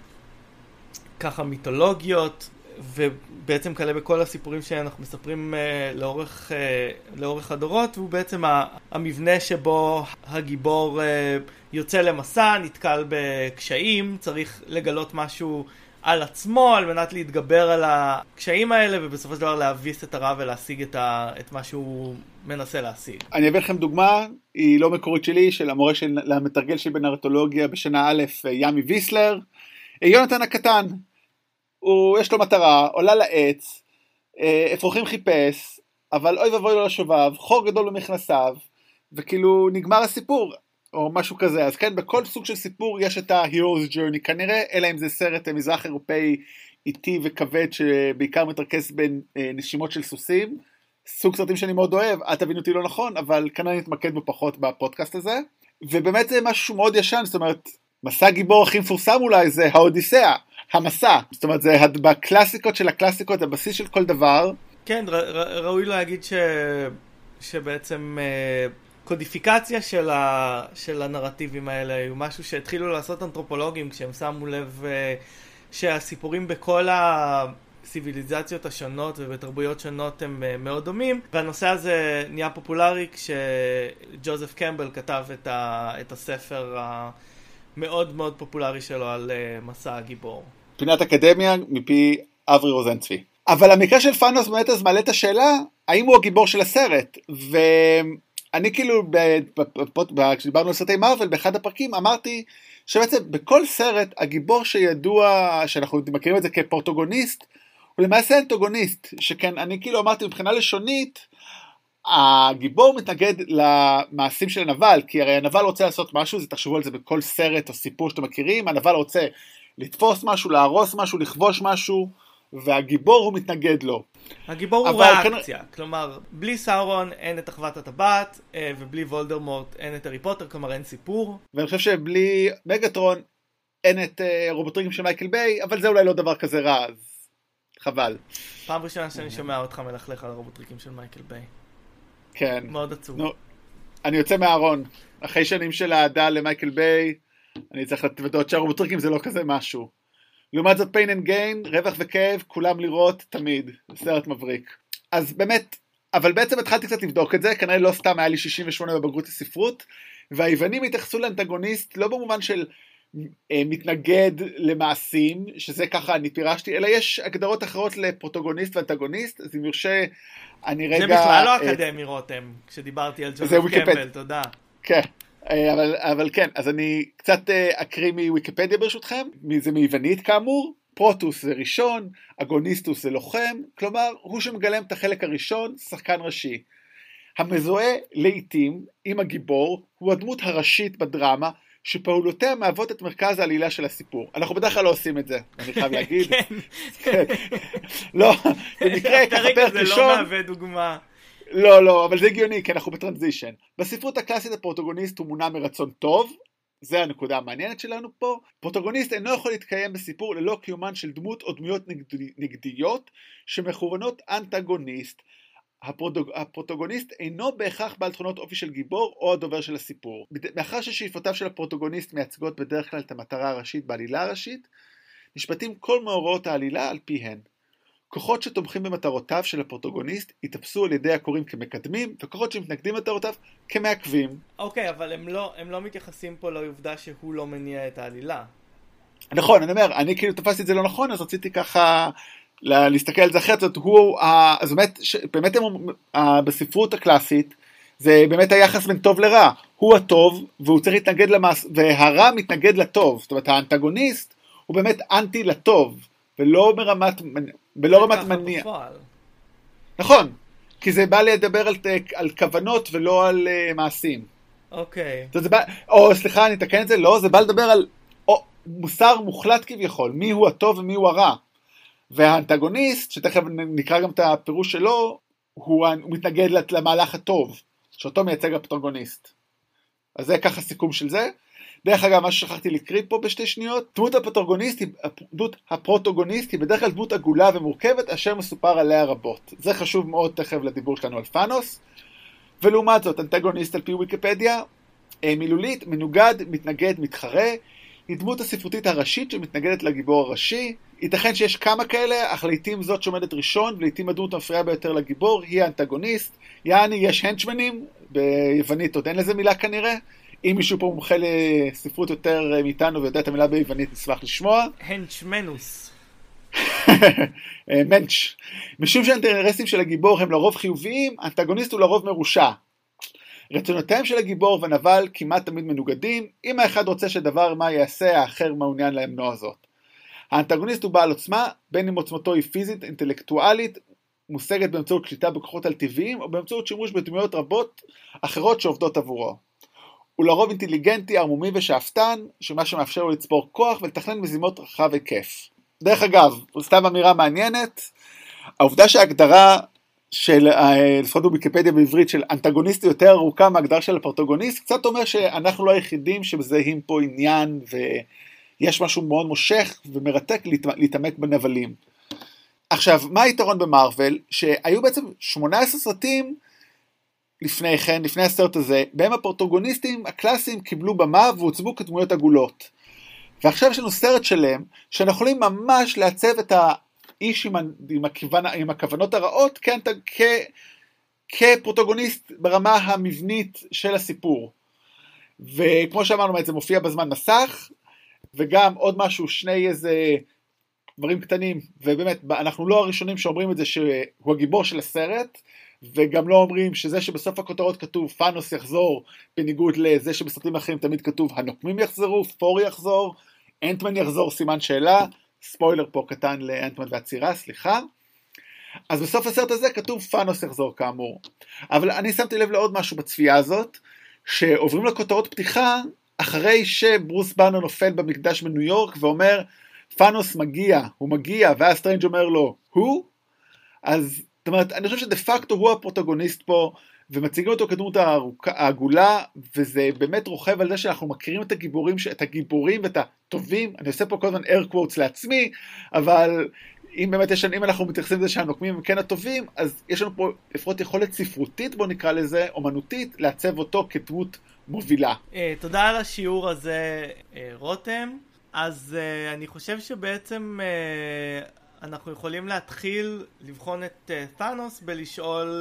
ככה מיתולוגיות, ובעצם כאלה בכל הסיפורים שאנחנו מספרים uh, לאורך, uh, לאורך הדורות, והוא בעצם המבנה שבו הגיבור uh, יוצא למסע, נתקל בקשיים, צריך לגלות משהו על עצמו, על מנת להתגבר על הקשיים האלה, ובסופו של דבר להביס את הרע ולהשיג את, ה, את מה שהוא מנסה להשיג. אני אביא לכם דוגמה, היא לא מקורית שלי, של המורה של המתרגל שלי בנרטולוגיה בשנה א', ימי ויסלר. יונתן הקטן, הוא, יש לו מטרה, עולה לעץ, אפרוחים חיפש, אבל אוי ובוי לו לשובב, חור גדול במכנסיו, וכאילו נגמר הסיפור, או משהו כזה. אז כן, בכל סוג של סיפור יש את ה-Hero's Journey, כנראה, אלא אם זה סרט מזרח אירופאי איטי וכבד, שבעיקר מתרכז בין נשימות של סוסים, סוג סרטים שאני מאוד אוהב, אל תבינו אותי לא נכון, אבל כנראה נתמקד בו פחות בפודקאסט הזה, ובאמת זה משהו מאוד ישן, זאת אומרת, מסע גיבור הכי מפורסם אולי זה האודיסאה, המסע, זאת אומרת זה בקלאסיקות של הקלאסיקות, הבסיס של כל דבר. כן, ר, ר, ראוי להגיד ש, שבעצם אה, קודיפיקציה של, ה, של הנרטיבים האלה הוא משהו שהתחילו לעשות אנתרופולוגים כשהם שמו לב אה, שהסיפורים בכל הסיביליזציות השונות ובתרבויות שונות הם אה, מאוד דומים, והנושא הזה נהיה פופולרי כשג'וזף קמבל כתב את, ה, את הספר ה... מאוד מאוד פופולרי שלו על uh, מסע הגיבור. פינת אקדמיה מפי אברי רוזנצבי. אבל המקרה של פאנוס באמת אז מעלה את השאלה, האם הוא הגיבור של הסרט? ואני כאילו, כשדיברנו על סרטי מרוול, באחד הפרקים אמרתי שבעצם בכל סרט הגיבור שידוע, שאנחנו מכירים את זה כפרוטוגוניסט, הוא למעשה אנטוגוניסט, שכן אני כאילו אמרתי מבחינה לשונית, הגיבור מתנגד למעשים של הנבל, כי הרי הנבל רוצה לעשות משהו, זה תחשבו על זה בכל סרט או סיפור שאתם מכירים, הנבל רוצה לתפוס משהו, להרוס משהו, לכבוש משהו, והגיבור הוא מתנגד לו. הגיבור הוא ריאקציה, כלומר, בלי סאורון אין את אחוות הטבעת, ובלי וולדמורט אין את הארי פוטר, כלומר אין סיפור. ואני חושב שבלי מגטרון אין את רובוטריקים של מייקל ביי, אבל זה אולי לא דבר כזה רע, אז חבל. פעם ראשונה שאני שומע אותך מלכלך על הרובוטריקים של מייקל ביי. כן. מאוד עצוב. נו, אני יוצא מהארון. אחרי שנים של העדה למייקל ביי, אני צריך לתוודות שהרובוטריקים זה לא כזה משהו. לעומת זאת pain and gain, רווח וכאב, כולם לראות תמיד. סרט מבריק. אז באמת, אבל בעצם התחלתי קצת לבדוק את זה, כנראה לא סתם היה לי שישים ושמונה בבגרות הספרות, והיוונים התייחסו לאנטגוניסט לא במובן של אה, מתנגד למעשים, שזה ככה אני פירשתי, אלא יש הגדרות אחרות לפרוטוגוניסט ואנטגוניסט, אז אם יורשה, אני רגע... זה בכלל לא אקדמי רותם, כשדיברתי על ג'וזף קמבל, תודה. כן, אבל, אבל כן, אז אני קצת אקריא מוויקיפדיה ברשותכם, זה מיוונית כאמור, פרוטוס זה ראשון, אגוניסטוס זה לוחם, כלומר, הוא שמגלם את החלק הראשון, שחקן ראשי. המזוהה לעתים עם הגיבור, הוא הדמות הראשית בדרמה, שפעולותיה מהוות את מרכז העלילה של הסיפור. אנחנו בדרך כלל לא עושים את זה, אני חייב להגיד. כן. לא, במקרה, ככה פרק ראשון... זה לא מהווה דוגמה. לא, לא, אבל זה הגיוני, כי אנחנו בטרנזישן. בספרות הקלאסית הפרוטוגוניסט הוא מונע מרצון טוב, זה הנקודה המעניינת שלנו פה. פרוטוגוניסט אינו יכול להתקיים בסיפור ללא קיומן של דמות או דמויות נגדיות, שמכוונות אנטגוניסט. הפרוטוגוניסט אינו בהכרח בעל תכונות אופי של גיבור או הדובר של הסיפור. מאחר ששאיפותיו של הפרוטוגוניסט מייצגות בדרך כלל את המטרה הראשית בעלילה הראשית, נשפטים כל מאורעות העלילה על פיהן. כוחות שתומכים במטרותיו של הפרוטוגוניסט יתפסו על ידי הקוראים כמקדמים, וכוחות שמתנגדים למטרותיו כמעכבים. אוקיי, אבל הם לא, הם לא מתייחסים פה לעובדה שהוא לא מניע את העלילה. נכון, אני אומר, אני כאילו תפסתי את זה לא נכון, אז רציתי ככה להסתכל על זה אחרת, זאת הוא, אז באמת, באמת הם, בספרות הקלאסית, זה באמת היחס בין טוב לרע. הוא הטוב, והוא צריך להתנגד למס, והרע מתנגד לטוב. זאת אומרת, האנטגוניסט הוא באמת אנטי לטוב, ולא ברמת, ולא רמת מניע. נכון, כי זה בא לדבר על, על כוונות ולא על uh, מעשים. אוקיי. זה בא, או סליחה, אני אתקן את זה, לא, זה בא לדבר על או, מוסר מוחלט כביכול, מי הוא הטוב ומי הוא הרע. והאנטגוניסט, שתכף נקרא גם את הפירוש שלו, הוא, הוא מתנגד למהלך הטוב. שאותו מייצג הפרוטוגוניסט. אז זה ככה סיכום של זה. דרך אגב, מה ששכחתי לקריא פה בשתי שניות, דמות הפרוטוגוניסט, דמות הפרוטוגוניסט היא בדרך כלל דמות עגולה ומורכבת, אשר מסופר עליה רבות. זה חשוב מאוד תכף לדיבור שלנו על פאנוס. ולעומת זאת, אנטגוניסט על פי ויקיפדיה, מילולית, מנוגד, מתנגד, מתחרה, היא דמות הספרותית הראשית שמתנגדת לגיבור הראשי. ייתכן שיש כמה כאלה, אך לעתים זאת שעומדת ראשון, ולעתים הדמות המפריעה ביותר לגיבור, היא האנטגוניסט. יעני, יש הנצ'מנים, ביוונית עוד אין לזה מילה כנראה. אם מישהו פה מומחה לספרות יותר מאיתנו ויודע את המילה ביוונית, נשמח לשמוע. הנצ'מנוס. מנץ'. משום שהאינטרסים של הגיבור הם לרוב חיוביים, האנטגוניסט הוא לרוב מרושע. רצונותיהם של הגיבור ונבל כמעט תמיד מנוגדים, אם האחד רוצה שדבר מה יעשה, האחר מעוניין למנוע זאת. האנטגוניסט הוא בעל עוצמה, בין אם עוצמתו היא פיזית, אינטלקטואלית, מושגת באמצעות שליטה בכוחות על טבעיים, או באמצעות שימוש בדמויות רבות אחרות שעובדות עבורו. הוא לרוב אינטליגנטי, ערמומי ושאפתן, שמה שמאפשר לו לצבור כוח ולתכנן מזימות רחב היקף. דרך אגב, סתם אמירה מעניינת, העובדה שההגדרה של, לפחות בוויקיפדיה בעברית, של אנטגוניסט יותר ארוכה מההגדרה של הפרוטוגוניסט, קצת אומר שאנחנו לא היחידים שמזהים פה עניין, ויש משהו מאוד מושך ומרתק להתעמק בנבלים. עכשיו, מה היתרון במרוול? שהיו בעצם שמונה עשרה סרטים לפני כן, לפני הסרט הזה, בהם הפרוטוגוניסטים הקלאסיים קיבלו במה והוצבו כדמויות עגולות. ועכשיו יש לנו סרט שלם, שאנחנו יכולים ממש לעצב את האיש עם, עם, הכיוון, עם הכוונות הרעות, כן, כ, כפרוטוגוניסט ברמה המבנית של הסיפור. וכמו שאמרנו, זה מופיע בזמן מסך, וגם עוד משהו, שני איזה דברים קטנים, ובאמת, אנחנו לא הראשונים שאומרים את זה שהוא הגיבור של הסרט, וגם לא אומרים שזה שבסוף הכותרות כתוב פאנוס יחזור, בניגוד לזה שבסרטים אחרים תמיד כתוב הנוקמים יחזרו, פור יחזור, אנטמן יחזור, סימן שאלה, ספוילר פה קטן לאנטמן והצירה, סליחה. אז בסוף הסרט הזה כתוב פאנוס יחזור כאמור. אבל אני שמתי לב לעוד משהו בצפייה הזאת, שעוברים לכותרות פתיחה, אחרי שברוס באנר נופל במקדש בניו יורק, ואומר, פאנוס מגיע, הוא מגיע, ואז סטרנג' אומר לו, הוא? אז זאת אומרת, אני חושב שדה פקטו הוא הפרוטוגוניסט פה, ומציגים אותו כדמות העגולה, וזה באמת רוכב על זה שאנחנו מכירים את הגיבורים, את הגיבורים ואת הטובים, אני עושה פה כל הזמן air quotes לעצמי, אבל אם באמת יש, אם אנחנו מתייחסים לזה שהנוקמים הם כן הטובים, אז יש לנו פה לפחות יכולת ספרותית, בוא נקרא לזה, אומנותית, לעצב אותו כדמות מובילה. תודה על השיעור הזה, רותם. אז אני חושב שבעצם אנחנו יכולים להתחיל לבחון את תאנוס בלשאול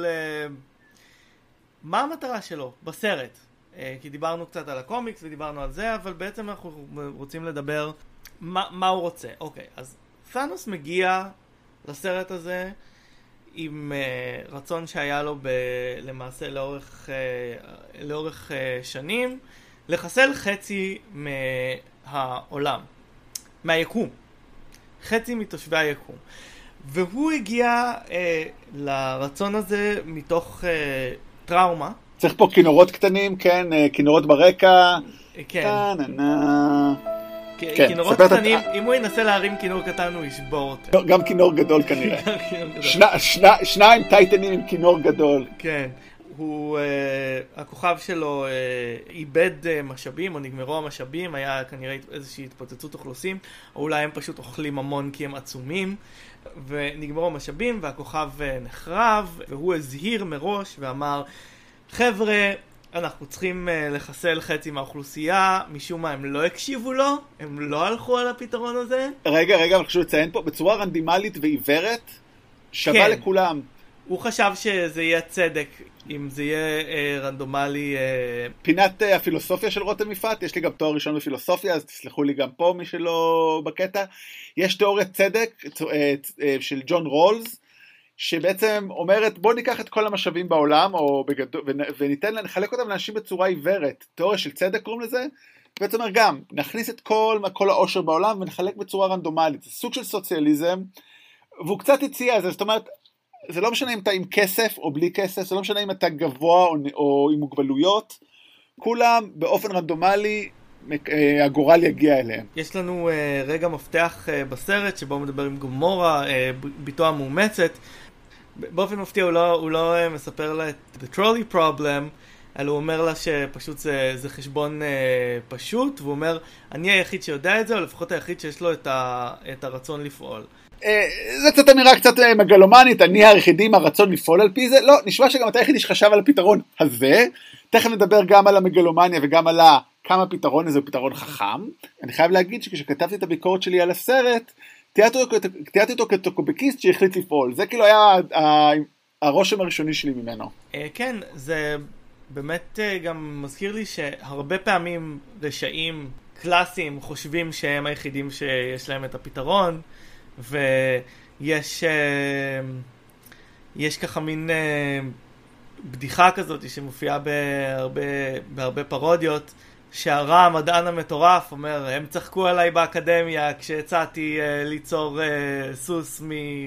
מה המטרה שלו בסרט. כי דיברנו קצת על הקומיקס ודיברנו על זה, אבל בעצם אנחנו רוצים לדבר מה, מה הוא רוצה. אוקיי, אז תאנוס מגיע לסרט הזה עם uh, רצון שהיה לו ב, למעשה לאורך, uh, לאורך uh, שנים, לחסל חצי מהעולם, מהיקום. חצי מתושבי היקום. והוא הגיע uh, לרצון הזה מתוך uh, טראומה. צריך פה כינורות קטנים, כן, כינורות ברקע. כן. טה-נה-נה. כן, כינורות קטנים, אם הוא ינסה להרים כינור קטן הוא ישבור אותו. גם כינור גדול כנראה. שניים טייטנים עם כינור גדול. כן, הוא, הכוכב שלו איבד משאבים, או נגמרו המשאבים, היה כנראה איזושהי התפוצצות אוכלוסין, או אולי הם פשוט אוכלים המון כי הם עצומים, ונגמרו המשאבים והכוכב נחרב, והוא הזהיר מראש ואמר, חבר'ה, אנחנו צריכים uh, לחסל חצי מהאוכלוסייה, משום מה הם לא הקשיבו לו, הם לא הלכו על הפתרון הזה. רגע, רגע, אבל חשוב לציין פה, בצורה רנדימלית ועיוורת, שווה כן. לכולם. הוא חשב שזה יהיה צדק, אם זה יהיה uh, רנדומלי. Uh... פינת uh, הפילוסופיה של רותם יפעת, יש לי גם תואר ראשון בפילוסופיה, אז תסלחו לי גם פה מי שלא בקטע. יש תיאוריית צדק uh, uh, של ג'ון רולס, שבעצם אומרת, בוא ניקח את כל המשאבים בעולם, או בגדול, וניתן לה, נחלק אותם לאנשים בצורה עיוורת. תיאוריה של צדק קוראים לזה, בעצם אומר גם, נכניס את כל, כל העושר בעולם, ונחלק בצורה רנדומלית. זה סוג של סוציאליזם, והוא קצת הציע זה, זאת אומרת, זה לא משנה אם אתה עם כסף או בלי כסף, זה לא משנה אם אתה גבוה או, או עם מוגבלויות, כולם באופן רנדומלי, הגורל יגיע אליהם. יש לנו uh, רגע מפתח uh, בסרט, שבו הוא מדבר עם גומורה, uh, ביתו המאומצת, באופן מפתיע הוא לא, הוא לא uh, מספר לה את the trolley problem, אלא הוא אומר לה שפשוט זה, זה חשבון אה, פשוט, והוא אומר, אני היחיד שיודע את זה, או לפחות היחיד שיש לו את, ה, את הרצון לפעול. זה קצת אמירה קצת מגלומנית, אני היחידי עם הרצון לפעול על פי זה, לא, נשמע שגם אתה היחידי שחשב על הפתרון הזה, תכף נדבר גם על המגלומניה וגם על כמה הפתרון הזה הוא פתרון חכם. אני חייב להגיד שכשכתבתי את הביקורת שלי על הסרט, תיארתי אותו כטוקבקיסט שהחליט לפעול, זה כאילו היה הרושם הראשוני שלי ממנו. כן, זה באמת גם מזכיר לי שהרבה פעמים רשעים קלאסיים חושבים שהם היחידים שיש להם את הפתרון, ויש יש ככה מין בדיחה כזאת שמופיעה בהרבה, בהרבה פרודיות, שהרע המדען המטורף אומר, הם צחקו עליי באקדמיה כשהצעתי ליצור סוס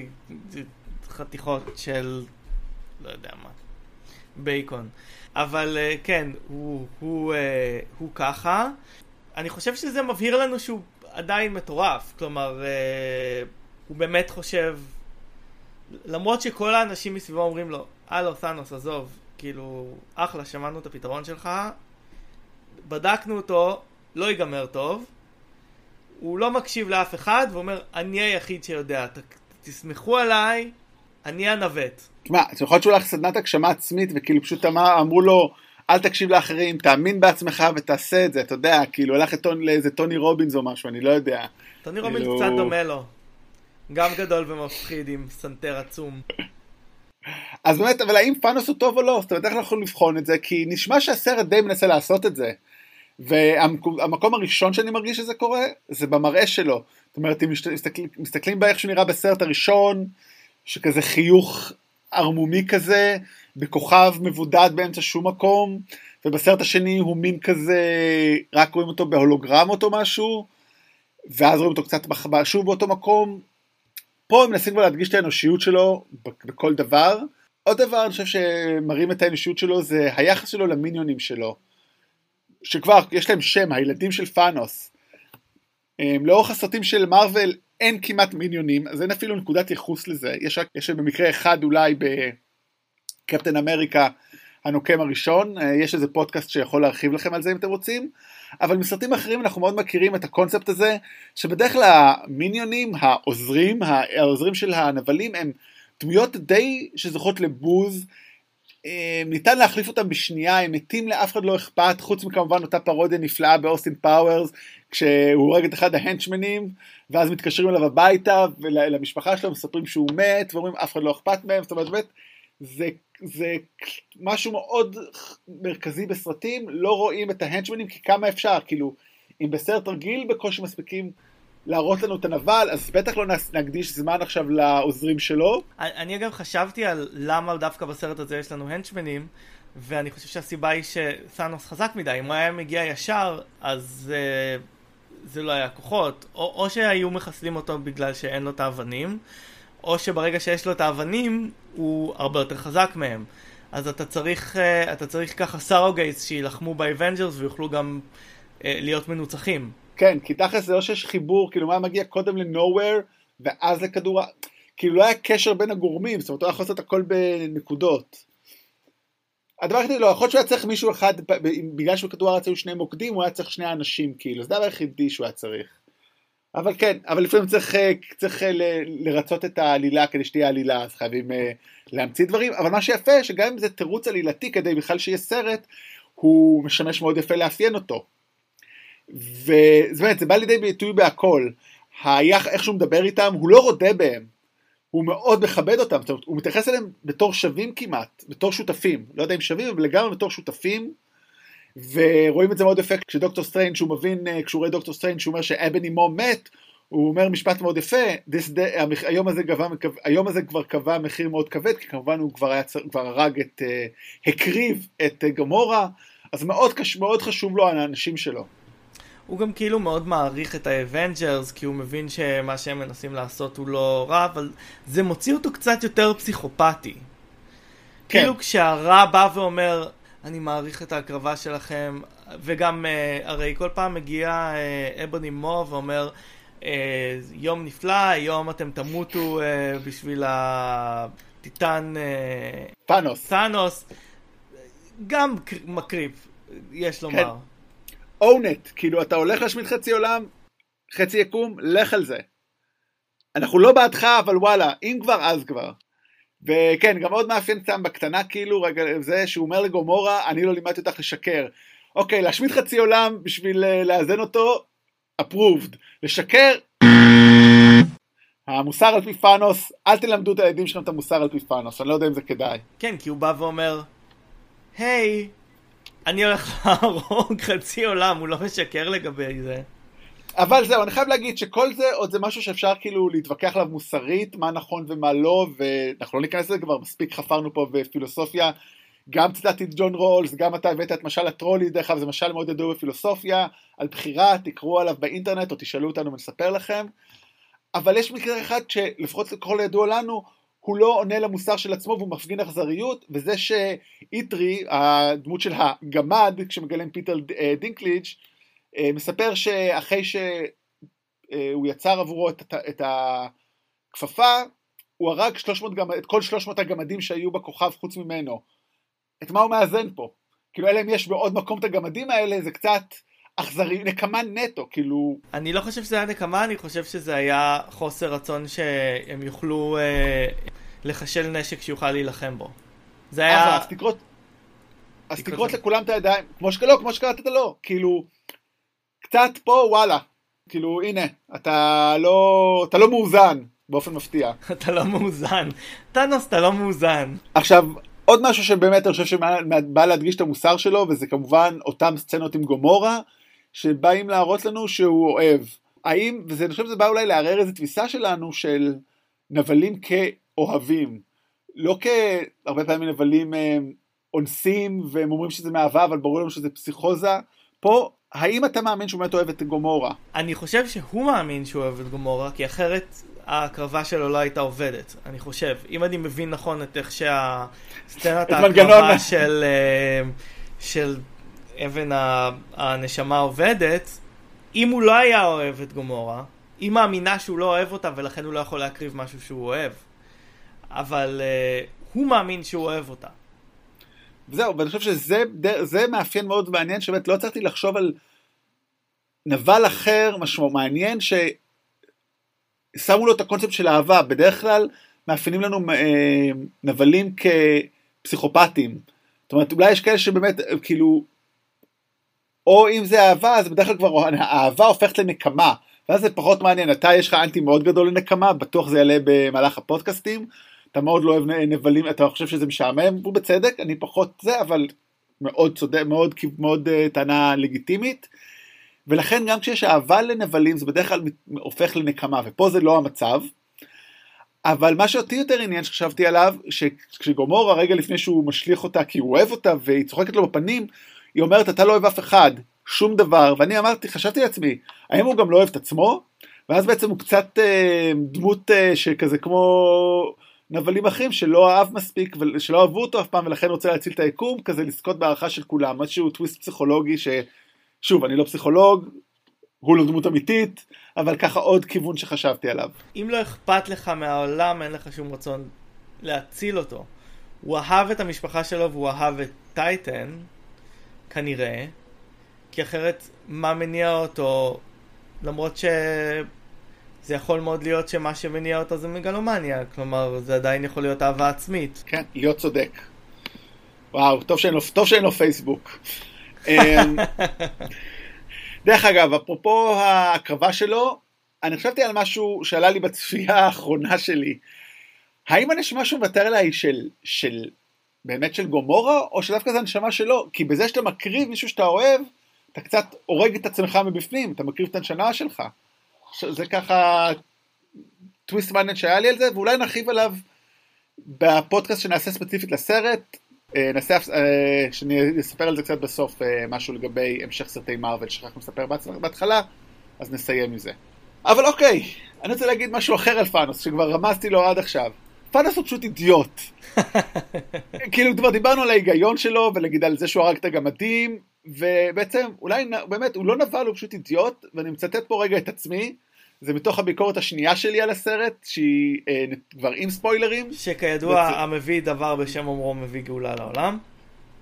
מחתיכות של לא יודע מה, בייקון. אבל כן, הוא, הוא, הוא ככה. אני חושב שזה מבהיר לנו שהוא עדיין מטורף, כלומר הוא באמת חושב, למרות שכל האנשים מסביבו אומרים לו, הלו תאנוס, עזוב, כאילו, אחלה, שמענו את הפתרון שלך, בדקנו אותו, לא ייגמר טוב, הוא לא מקשיב לאף אחד, ואומר, אני היחיד שיודע, ת, תסמכו עליי, אני הנווט. תשמע, זה יכול להיות שהוא הולך סדנת הגשמה עצמית, וכאילו פשוט אמרו לו, אל תקשיב לאחרים, תאמין בעצמך ותעשה את זה, אתה יודע, כאילו, הולך לאיזה טוני רובינס או משהו, אני לא יודע. טוני רובינס קצת דומה לו. גם גדול ומפחיד עם סנטר עצום. אז באמת, אבל האם פאנוס הוא טוב או לא? זאת אומרת, איך אנחנו לבחון את זה? כי נשמע שהסרט די מנסה לעשות את זה. והמקום הראשון שאני מרגיש שזה קורה, זה במראה שלו. זאת אומרת, אם מסתכלים, מסתכלים באיך שהוא נראה בסרט הראשון, שכזה חיוך ערמומי כזה, בכוכב מבודד באמצע שום מקום, ובסרט השני הוא מין כזה, רק רואים אותו בהולוגרמות או משהו, ואז רואים אותו קצת שוב באותו מקום. פה הם מנסים כבר להדגיש את האנושיות שלו בכל דבר. עוד דבר אני חושב שמראים את האנושיות שלו זה היחס שלו למיניונים שלו, שכבר יש להם שם, הילדים של פאנוס. לאורך הסרטים של מארוול אין כמעט מיניונים, אז אין אפילו נקודת יחוס לזה. יש רק, יש במקרה אחד אולי בקפטן אמריקה הנוקם הראשון, יש איזה פודקאסט שיכול להרחיב לכם על זה אם אתם רוצים, אבל מסרטים אחרים אנחנו מאוד מכירים את הקונספט הזה, שבדרך כלל המיניונים, העוזרים, העוזרים של הנבלים, הם דמויות די שזוכות לבוז, ניתן להחליף אותם בשנייה, הם מתים לאף אחד לא אכפת, חוץ מכמובן אותה פרודיה נפלאה באוסטין פאוורס, כשהוא הורג את אחד ההנצ'מנים, ואז מתקשרים אליו הביתה, ולמשפחה שלו מספרים שהוא מת, ואומרים אף אחד לא אכפת מהם, זאת אומרת, באמת, זה, זה משהו מאוד מרכזי בסרטים, לא רואים את ההנצ'מנים, כי כמה אפשר, כאילו, אם בסרט רגיל בקושי מספיקים להראות לנו את הנבל, אז בטח לא נקדיש זמן עכשיו לעוזרים שלו. אני אגב חשבתי על למה דווקא בסרט הזה יש לנו הנצ'מנים, ואני חושב שהסיבה היא שתאנוס חזק מדי, אם הוא היה מגיע ישר, אז uh, זה לא היה כוחות, או, או שהיו מחסלים אותו בגלל שאין לו את האבנים, או שברגע שיש לו את האבנים, הוא הרבה יותר חזק מהם. אז אתה צריך, uh, אתה צריך ככה סארוגייטס שילחמו באבנג'רס ויוכלו גם uh, להיות מנוצחים. כן, כי תכלס זה לא שיש חיבור, כאילו מה מגיע קודם ל-nowhere, ואז לכדור, כאילו לא היה קשר בין הגורמים, זאת אומרת, הוא יכול לעשות הכל בנקודות. הדבר הכי לא, יכול להיות שהוא היה צריך מישהו אחד, בגלל שבכדור הארץ היו שני מוקדים, הוא היה צריך שני אנשים, כאילו, זה דבר היחידי שהוא היה צריך. אבל כן, אבל לפעמים צריך, צריך ל- לרצות את העלילה כדי שתהיה העלילה, אז חייבים להמציא דברים, אבל מה שיפה, שגם אם זה תירוץ עלילתי כדי בכלל שיהיה סרט, הוא משמש מאוד יפה לאפיין אותו. וזאת אומרת, זה בא לידי ביטוי בהכל, היח, איך שהוא מדבר איתם, הוא לא רודה בהם, הוא מאוד מכבד אותם, זאת אומרת, הוא מתייחס אליהם בתור שווים כמעט, בתור שותפים, לא יודע אם שווים, אבל לגמרי בתור שותפים, ורואים את זה מאוד יפה, כשדוקטור סטריינג' שהוא מבין, כשהוא רואה דוקטור סטריינג' שהוא אומר שאבן אמו מת, הוא אומר משפט מאוד יפה, day, היום, הזה גבה, היום הזה כבר קבע מחיר מאוד כבד, כי כמובן הוא כבר, היה, כבר הרג את, הקריב את גמורה, אז מאוד, מאוד חשוב לו האנשים שלו. הוא גם כאילו מאוד מעריך את האבנג'רס, כי הוא מבין שמה שהם מנסים לעשות הוא לא רע, אבל זה מוציא אותו קצת יותר פסיכופתי. כן. כאילו כשהרע בא ואומר, אני מעריך את ההקרבה שלכם, וגם uh, הרי כל פעם מגיע uh, אבן אמו ואומר, uh, יום נפלא, היום אתם תמותו uh, בשביל הטיטן... Uh, פאנוס. פאנוס. גם מקריפ, יש לומר. own it, כאילו אתה הולך להשמיד חצי עולם, חצי יקום, לך על זה. אנחנו לא בעדך, אבל וואלה, אם כבר, אז כבר. וכן, גם עוד מאפיין סתם בקטנה, כאילו, רגע, זה שהוא אומר לגומורה, אני לא לימדתי אותך לשקר. אוקיי, להשמיד חצי עולם בשביל לאזן אותו, approved. לשקר, המוסר על פי פאנוס, אל תלמדו את הילדים שלנו את המוסר על פי פאנוס, אני לא יודע אם זה כדאי. כן, כי הוא בא ואומר, היי, אני הולך להרוג חצי עולם, הוא לא משקר לגבי זה. אבל זהו, אני חייב להגיד שכל זה עוד זה משהו שאפשר כאילו להתווכח עליו מוסרית, מה נכון ומה לא, ואנחנו לא ניכנס לזה, כבר מספיק חפרנו פה בפילוסופיה, גם ציטטתי את ג'ון רולס, גם אתה הבאת את משל הטרולי, דרך אגב זה משל מאוד ידוע בפילוסופיה, על בחירה, תקראו עליו באינטרנט או תשאלו אותנו ונספר לכם, אבל יש מקרה אחד שלפחות ככל ידוע לנו, הוא לא עונה למוסר של עצמו והוא מפגין אכזריות, וזה שאיטרי, הדמות של הגמד, כשמגלם פיטר דינקליג', מספר שאחרי שהוא יצר עבורו את, את הכפפה, הוא הרג שלוש מאות גמד, את כל שלוש מאות הגמדים שהיו בכוכב חוץ ממנו. את מה הוא מאזן פה? כאילו, אלה אם יש בעוד מקום את הגמדים האלה, זה קצת אכזרי, נקמה נטו, כאילו... אני לא חושב שזה היה נקמה, אני חושב שזה היה חוסר רצון שהם יוכלו אה, לחשל נשק שיוכל להילחם בו. זה היה... אז תקרות, אז תקרות לכולם את הידיים, כמו שקלו, כמו שקראת את הלא, כאילו... קצת פה, וואלה, כאילו, הנה, אתה לא, אתה לא מאוזן, באופן מפתיע. אתה לא מאוזן. טאנוס, אתה לא מאוזן. עכשיו, עוד משהו שבאמת אני חושב שבא להדגיש את המוסר שלו, וזה כמובן אותם סצנות עם גומורה, שבאים להראות לנו שהוא אוהב. האם, וזה, אני חושב שזה בא אולי לערער איזו תפיסה שלנו, של נבלים כאוהבים. לא כהרבה פעמים נבלים אונסים, והם אומרים שזה מאהבה, אבל ברור לנו שזה פסיכוזה. פה, האם אתה מאמין שהוא באמת אוהב את גומורה? אני חושב שהוא מאמין שהוא אוהב את גומורה, כי אחרת ההקרבה שלו לא הייתה עובדת. אני חושב, אם אני מבין נכון את איך שהסצנת ההקרבה של, של אבן הנשמה עובדת, אם הוא לא היה אוהב את גומורה, היא מאמינה שהוא לא אוהב אותה, ולכן הוא לא יכול להקריב משהו שהוא אוהב. אבל הוא מאמין שהוא אוהב אותה. וזהו, ואני חושב שזה זה מאפיין מאוד מעניין, שבאמת לא צריכתי לחשוב על נבל אחר משמעו, מעניין ששמו לו את הקונספט של אהבה, בדרך כלל מאפיינים לנו אה, נבלים כפסיכופטים, זאת אומרת, אולי יש כאלה שבאמת, כאילו, או אם זה אהבה, אז בדרך כלל כבר האהבה הופכת לנקמה, ואז זה פחות מעניין, אתה יש לך אנטי מאוד גדול לנקמה, בטוח זה יעלה במהלך הפודקאסטים, אתה מאוד לא אוהב נבלים, אתה חושב שזה משעמם, הוא בצדק, אני פחות זה, אבל מאוד צודק, מאוד, מאוד טענה לגיטימית, ולכן גם כשיש אהבה לנבלים, זה בדרך כלל הופך לנקמה, ופה זה לא המצב, אבל מה שאותי יותר עניין שחשבתי עליו, שכשגומורה רגע לפני שהוא משליך אותה, כי הוא אוהב אותה, והיא צוחקת לו בפנים, היא אומרת, אתה לא אוהב אף אחד, שום דבר, ואני אמרתי, חשבתי לעצמי, האם הוא גם לא אוהב את עצמו? ואז בעצם הוא קצת אה, דמות אה, שכזה כמו... נבלים אחרים שלא אהב מספיק, שלא אהבו אותו אף פעם, ולכן רוצה להציל את היקום, כזה לזכות בערכה של כולם, משהו טוויסט פסיכולוגי, ששוב, אני לא פסיכולוג, הוא לא דמות אמיתית, אבל ככה עוד כיוון שחשבתי עליו. אם לא אכפת לך מהעולם, אין לך שום רצון להציל אותו. הוא אהב את המשפחה שלו, והוא אהב את טייטן, כנראה, כי אחרת מה מניע אותו, למרות ש... זה יכול מאוד להיות שמה שמניע אותו זה מגלומניה, כלומר זה עדיין יכול להיות אהבה עצמית. כן, להיות צודק. וואו, טוב שאין לו, טוב שאין לו פייסבוק. דרך אגב, אפרופו ההקרבה שלו, אני חשבתי על משהו שעלה לי בצפייה האחרונה שלי. האם הנשמה שהוא מוותר עליי של, של, באמת של גומורה, או שדווקא זה הנשמה שלו? כי בזה שאתה מקריב מישהו שאתה אוהב, אתה קצת הורג את עצמך מבפנים, אתה מקריב את הנשמה שלך. זה ככה טוויסט מעניין שהיה לי על זה, ואולי נרחיב עליו בפודקאסט שנעשה ספציפית לסרט, נעשה, שאני אספר על זה קצת בסוף, משהו לגבי המשך סרטי מארוול שכחנו לספר בהתחלה, אז נסיים מזה. אבל אוקיי, אני רוצה להגיד משהו אחר על פאנוס, שכבר רמזתי לו עד עכשיו. פאנוס הוא פשוט אידיוט. כאילו כבר דיברנו על ההיגיון שלו, ולהגיד על זה שהוא הרג את הגמדים, ובעצם אולי באמת הוא לא נבל, הוא פשוט אידיוט, ואני מצטט פה רגע את עצמי, זה מתוך הביקורת השנייה שלי על הסרט, שהיא אה, כבר עם ספוילרים. שכידוע, בצ... המביא דבר בשם אומרו מביא גאולה לעולם.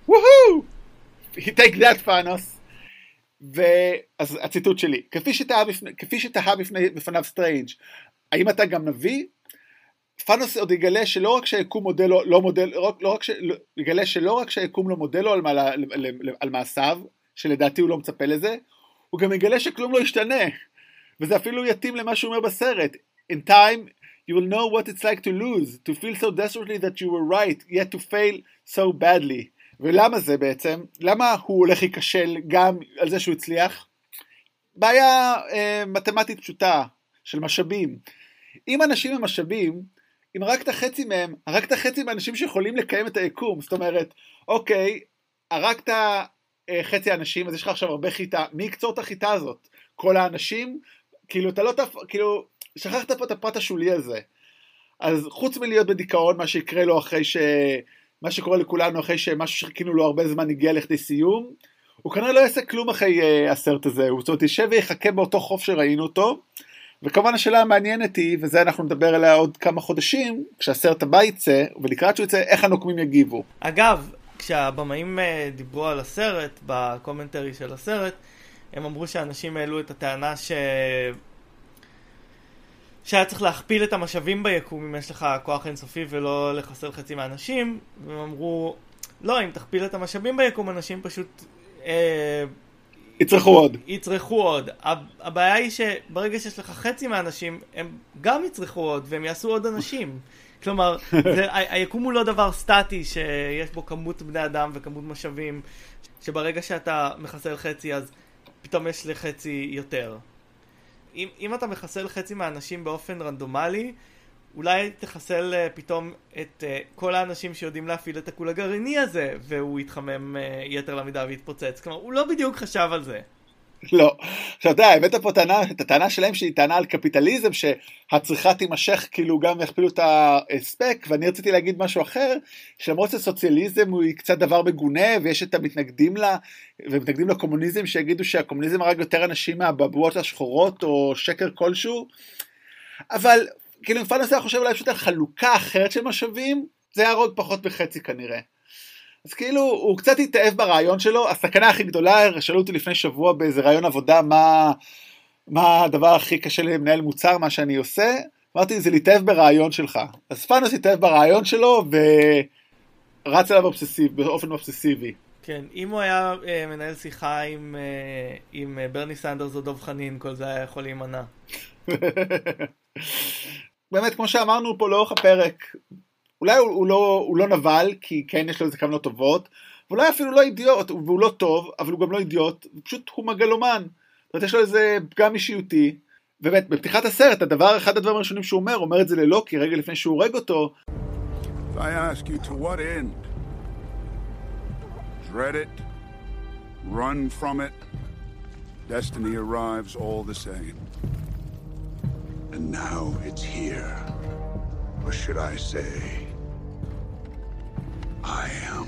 וואו! take that פאנוס. ואז הציטוט שלי, כפי שתהה בפני, כפי שתהה בפני, בפניו סטרנג', האם אתה גם נביא? פאנוס עוד יגלה שלא רק שהיקום מודל לו, לא מודל, לא, לא רק ש, יגלה שלא רק שהיקום לא מודל לו על, על, על, על מעשיו, שלדעתי הוא לא מצפה לזה, הוא גם יגלה שכלום לא ישתנה, וזה אפילו יתאים למה שהוא אומר בסרט. In time, you will know what it's like to lose, to feel so desperately that you were right, yet to fail so badly. ולמה זה בעצם? למה הוא הולך להיכשל גם על זה שהוא הצליח? בעיה אה, מתמטית פשוטה של משאבים. אם אנשים הם משאבים, אם רק את החצי מהם, רק את החצי מהאנשים שיכולים לקיים את היקום, זאת אומרת, אוקיי, רק את חצי האנשים, אז יש לך עכשיו הרבה חיטה, מי יקצור את החיטה הזאת? כל האנשים? כאילו, אתה לא תפ... כאילו, שכחת פה את הפרט השולי הזה. אז חוץ מלהיות בדיכאון, מה שיקרה לו אחרי ש... מה שקורה לכולנו אחרי שמשהו שחיכינו לו הרבה זמן הגיע לכדי סיום, הוא כנראה לא יעשה כלום אחרי uh, הסרט הזה, הוא זאת אומרת, יישב ויחכה באותו חוף שראינו אותו, וכמובן השאלה המעניינת היא, וזה אנחנו נדבר עליה עוד כמה חודשים, כשהסרט הבא יצא, ולקראת שהוא יצא, איך הנוקמים יגיבו. אגב, כשהבמאים uh, דיברו על הסרט, בקומנטרי של הסרט, הם אמרו שאנשים העלו את הטענה ש... שהיה צריך להכפיל את המשאבים ביקום אם יש לך כוח אינסופי ולא לחסל חצי מהאנשים, והם אמרו, לא, אם תכפיל את המשאבים ביקום, אנשים פשוט אה, יצרכו עוד. יצרכו עוד. הבעיה היא שברגע שיש לך חצי מהאנשים, הם גם יצרכו עוד, והם יעשו עוד אנשים. כלומר, זה, ה- היקום הוא לא דבר סטטי, שיש בו כמות בני אדם וכמות משאבים, שברגע שאתה מחסל חצי, אז פתאום יש לחצי יותר. אם, אם אתה מחסל חצי מהאנשים באופן רנדומלי, אולי תחסל uh, פתאום את uh, כל האנשים שיודעים להפעיל את הכול הגרעיני הזה, והוא יתחמם uh, יתר למידה ויתפוצץ. כלומר, הוא לא בדיוק חשב על זה. לא. עכשיו, אתה יודע, הבאת פה טענה, את הטענה שלהם שהיא טענה על קפיטליזם, שהצריכה תימשך כאילו גם יכפילו את הספק, ואני רציתי להגיד משהו אחר, שלמרות שסוציאליזם הוא קצת דבר מגונה, ויש את המתנגדים לה, ומתנגדים לקומוניזם, שיגידו שהקומוניזם הרג יותר אנשים מהבבואות השחורות, או שקר כלשהו, אבל כאילו, מפעל נושא חושב אולי פשוט על חלוקה אחרת של משאבים, זה יהרוג פחות בחצי כנראה. אז כאילו, הוא קצת התאהב ברעיון שלו, הסכנה הכי גדולה, שאלו אותי לפני שבוע באיזה רעיון עבודה, מה, מה הדבר הכי קשה למנהל מוצר, מה שאני עושה, אמרתי, זה להתאהב ברעיון שלך. אז פאנוס התאהב ברעיון שלו, ורץ עליו אובססיב, באופן אובססיבי. כן, אם הוא היה אה, מנהל שיחה עם, אה, עם אה, ברני סנדרס או דוב חנין, כל זה היה יכול להימנע. באמת, כמו שאמרנו פה לאורך הפרק, אולי הוא, הוא, לא, הוא לא נבל, כי כן יש לו איזה כוונות טובות, ואולי אפילו לא אידיוט, והוא לא טוב, אבל הוא גם לא אידיוט, פשוט הוא מגלומן. זאת אומרת, יש לו איזה פגם אישיותי, ובאמת, בפתיחת הסרט, הדבר, אחד הדברים הראשונים שהוא אומר, הוא אומר את זה ללוקי, רגע לפני שהוא הורג אותו. If I ask you to what end? Dread it, run from it, destiny arrives all the same. And now it's here. Or should I say, I am.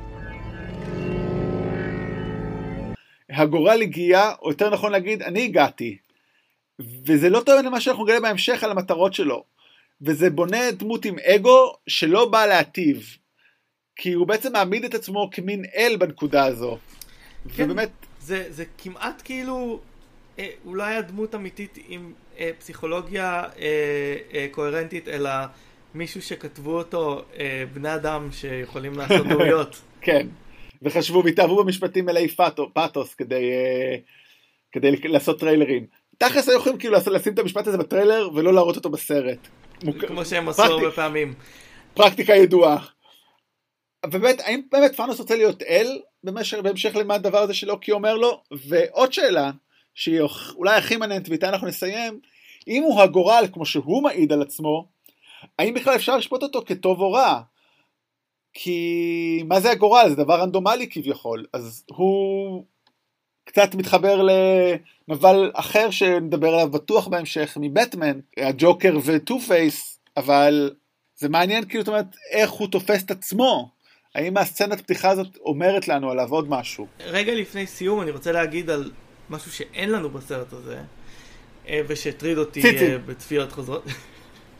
הגורל הגיע, או יותר נכון להגיד, אני הגעתי. וזה לא טוען למה שאנחנו נגלה בהמשך על המטרות שלו. וזה בונה דמות עם אגו שלא בא להטיב. כי הוא בעצם מעמיד את עצמו כמין אל בנקודה הזו. כן, ובאמת... זה, זה כמעט כאילו, אה, אולי הדמות אמיתית עם אה, פסיכולוגיה אה, אה, קוהרנטית, אלא מישהו שכתבו אותו אה, בני אדם שיכולים לעשות טעויות. כן, וחשבו והתאהבו במשפטים מלאי פאטוס כדי, אה, כדי לעשות טריילרים. תכלס היו יכולים כאילו לשים את המשפט הזה בטריילר ולא להראות אותו בסרט. כמו שהם עשו הרבה פעמים. פרקטיקה ידועה. באמת, האם באמת פאנוס רוצה להיות אל במשך, בהמשך למה הדבר הזה שלוקי אומר לו? ועוד שאלה, שהיא אולי הכי מעניינת ואיתה אנחנו נסיים, אם הוא הגורל כמו שהוא מעיד על עצמו, האם בכלל אפשר לשפוט אותו כטוב או רע? כי מה זה הגורל? זה דבר רנדומלי כביכול. אז הוא קצת מתחבר לנבל אחר שנדבר עליו בטוח בהמשך, מבטמן, הג'וקר וטו פייס, אבל זה מעניין כאילו, זאת אומרת, איך הוא תופס את עצמו. האם הסצנת פתיחה הזאת אומרת לנו עליו עוד משהו? רגע לפני סיום אני רוצה להגיד על משהו שאין לנו בסרט הזה, ושהטריד אותי בצפיות חוזרות.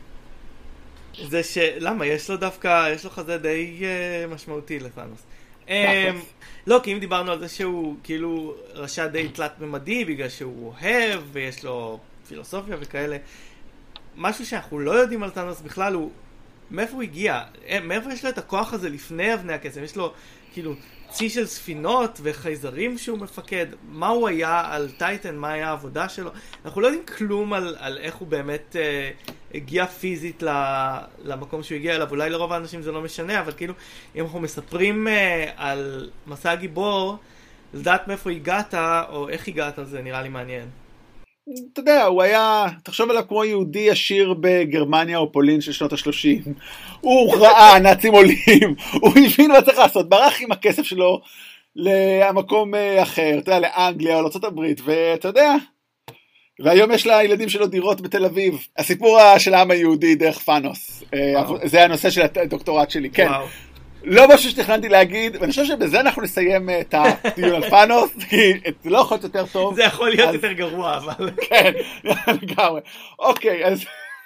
זה שלמה, יש לו דווקא, יש לו חזה די משמעותי לפאנוס. לא, כי אם דיברנו על זה שהוא כאילו רשע די תלת ממדי בגלל שהוא אוהב ויש לו פילוסופיה וכאלה, משהו שאנחנו לא יודעים על טאנוס בכלל הוא מאיפה הוא הגיע, מאיפה יש לו את הכוח הזה לפני אבני הקסם, יש לו כאילו צי של ספינות וחייזרים שהוא מפקד, מה הוא היה על טייטן, מה היה העבודה שלו, אנחנו לא יודעים כלום על, על איך הוא באמת אה, הגיע פיזית למקום שהוא הגיע אליו, אולי לרוב האנשים זה לא משנה, אבל כאילו אם אנחנו מספרים אה, על מסע הגיבור, לדעת מאיפה הגעת או איך הגעת, זה נראה לי מעניין. אתה יודע, הוא היה, תחשוב עליו כמו יהודי עשיר בגרמניה או פולין של שנות ה-שלושים. הוא ראה נאצים עולים, הוא הבין מה צריך לעשות, ברח עם הכסף שלו למקום אחר, אתה יודע, לאנגליה או לארצות הברית, ואתה יודע, והיום יש לילדים שלו דירות בתל אביב. הסיפור של העם היהודי דרך פאנוס, זה הנושא של הדוקטורט שלי, כן. וואו. לא משהו שתכננתי להגיד, ואני חושב שבזה אנחנו נסיים את הדיון על פאנוס, כי זה לא יכול להיות יותר טוב. זה יכול להיות יותר גרוע, אבל... כן, לגמרי. אוקיי, אז...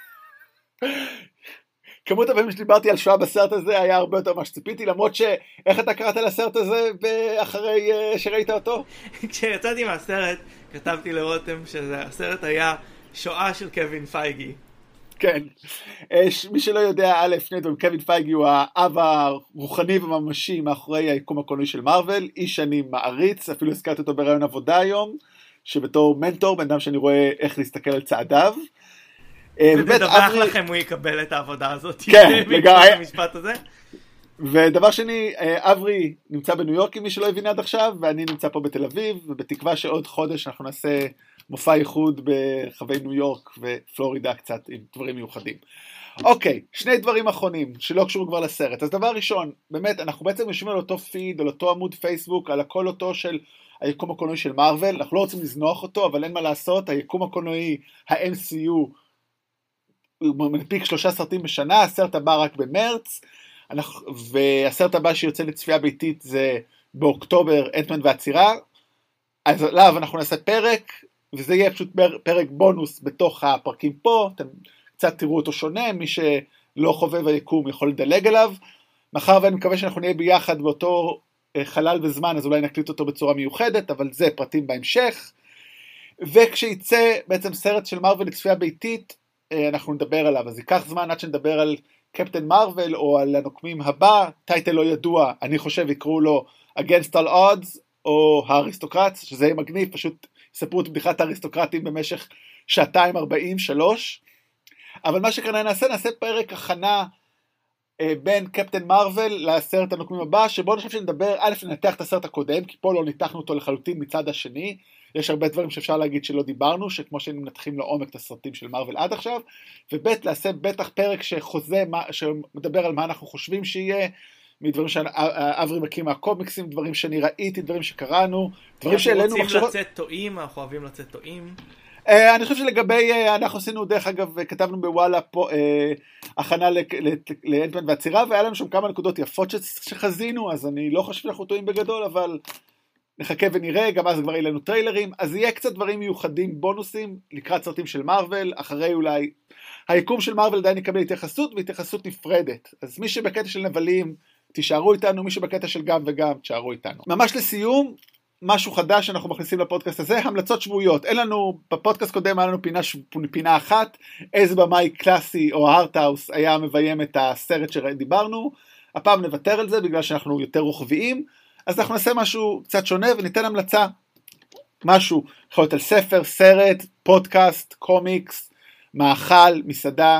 כמות הפעמים שדיברתי על שואה בסרט הזה היה הרבה יותר מה שציפיתי, למרות שאיך אתה קראת לסרט הזה אחרי שראית אותו? כשיצאתי מהסרט, כתבתי לרותם שהסרט היה שואה של קווין פייגי. כן, מי שלא יודע, א', שני דברים, קווין פייגי הוא האב הרוחני וממשי מאחורי היקום הקולנועי של מארוול, איש אני מעריץ, אפילו הזכרתי אותו ברעיון עבודה היום, שבתור מנטור, בן אדם שאני רואה איך להסתכל על צעדיו. ודווח לכם הוא יקבל את העבודה הזאת. כן, לגמרי. המשפט הזה. ודבר שני, אברי נמצא בניו יורק, אם מי שלא הבין עד עכשיו, ואני נמצא פה בתל אביב, ובתקווה שעוד חודש אנחנו נעשה מופע ייחוד ברחבי ניו יורק ופלורידה קצת עם דברים מיוחדים. אוקיי, שני דברים אחרונים שלא קשורים כבר לסרט. אז דבר ראשון, באמת, אנחנו בעצם יושבים על אותו פיד, על אותו עמוד פייסבוק, על הכל אותו של היקום הקולנועי של מארוול. אנחנו לא רוצים לזנוח אותו, אבל אין מה לעשות, היקום הקולנועי, ה-אם סי יו, הוא מנפיק שלושה סרטים בשנה, הסרט הבא רק במרץ, והסרט הבא שיוצא לצפייה ביתית זה באוקטובר, אנטמן והצירה. אז לא, אנחנו נעשה פרק, וזה יהיה פשוט פרק בונוס בתוך הפרקים פה, אתם קצת תראו אותו שונה, מי שלא חובב היקום יכול לדלג עליו, מאחר ואני מקווה שאנחנו נהיה ביחד באותו חלל וזמן, אז אולי נקליט אותו בצורה מיוחדת, אבל זה פרטים בהמשך. וכשיצא בעצם סרט של מארוול לצפייה ביתית, אנחנו נדבר עליו, אז ייקח זמן עד שנדבר על קפטן מארוול, או על הנוקמים הבא, טייטל לא ידוע, אני חושב יקראו לו Against All Odds, או האריסטוקרטס, שזה יהיה מגניב, פשוט יספרו את בדיחת האריסטוקרטים במשך שעתיים ארבעים שלוש, אבל מה שכנראה נעשה, נעשה פרק הכנה אה, בין קפטן מארוול לסרט הנוקמים הבא, שבו אני חושב שנדבר, א', לנתח את הסרט הקודם, כי פה לא ניתחנו אותו לחלוטין מצד השני, יש הרבה דברים שאפשר להגיד שלא דיברנו, שכמו שמנתחים לעומק את הסרטים של מארוול עד עכשיו, וב' לעשה בטח פרק שחוזה, שמדבר על מה אנחנו חושבים שיהיה, מדברים שאברי מכיר מהקומיקסים, דברים שאני ראיתי, דברים שקראנו, דברים שאלינו מחשבות. אנחנו רוצים לצאת טועים, אנחנו אוהבים לצאת טועים. אני חושב שלגבי, אנחנו עשינו דרך אגב, כתבנו בוואלה פה, הכנה לאנטמן והצירה, והיה לנו שם כמה נקודות יפות שחזינו, אז אני לא חושב שאנחנו טועים בגדול, אבל נחכה ונראה, גם אז כבר יהיה לנו טריילרים, אז יהיה קצת דברים מיוחדים, בונוסים, לקראת סרטים של מארוול, אחרי אולי, היקום של מארוול עדיין יקבל התייחסות, והתייחסות נפרדת, אז מי שבקטע של נבלים, תישארו איתנו, מי שבקטע של גם וגם, תישארו איתנו. ממש לסיום, משהו חדש שאנחנו מכניסים לפודקאסט הזה, המלצות שבועיות. אין לנו, בפודקאסט קודם היה לנו פינה, פינה אחת, איזה במאי קלאסי או הארטהאוס היה מביים את הסרט שדיברנו, הפעם נוותר על זה בגלל שאנחנו יותר רוחביים, אז אנחנו נעשה משהו קצת שונה וניתן המלצה, משהו, יכול להיות על ספר, סרט, פודקאסט, קומיקס, מאכל, מסעדה,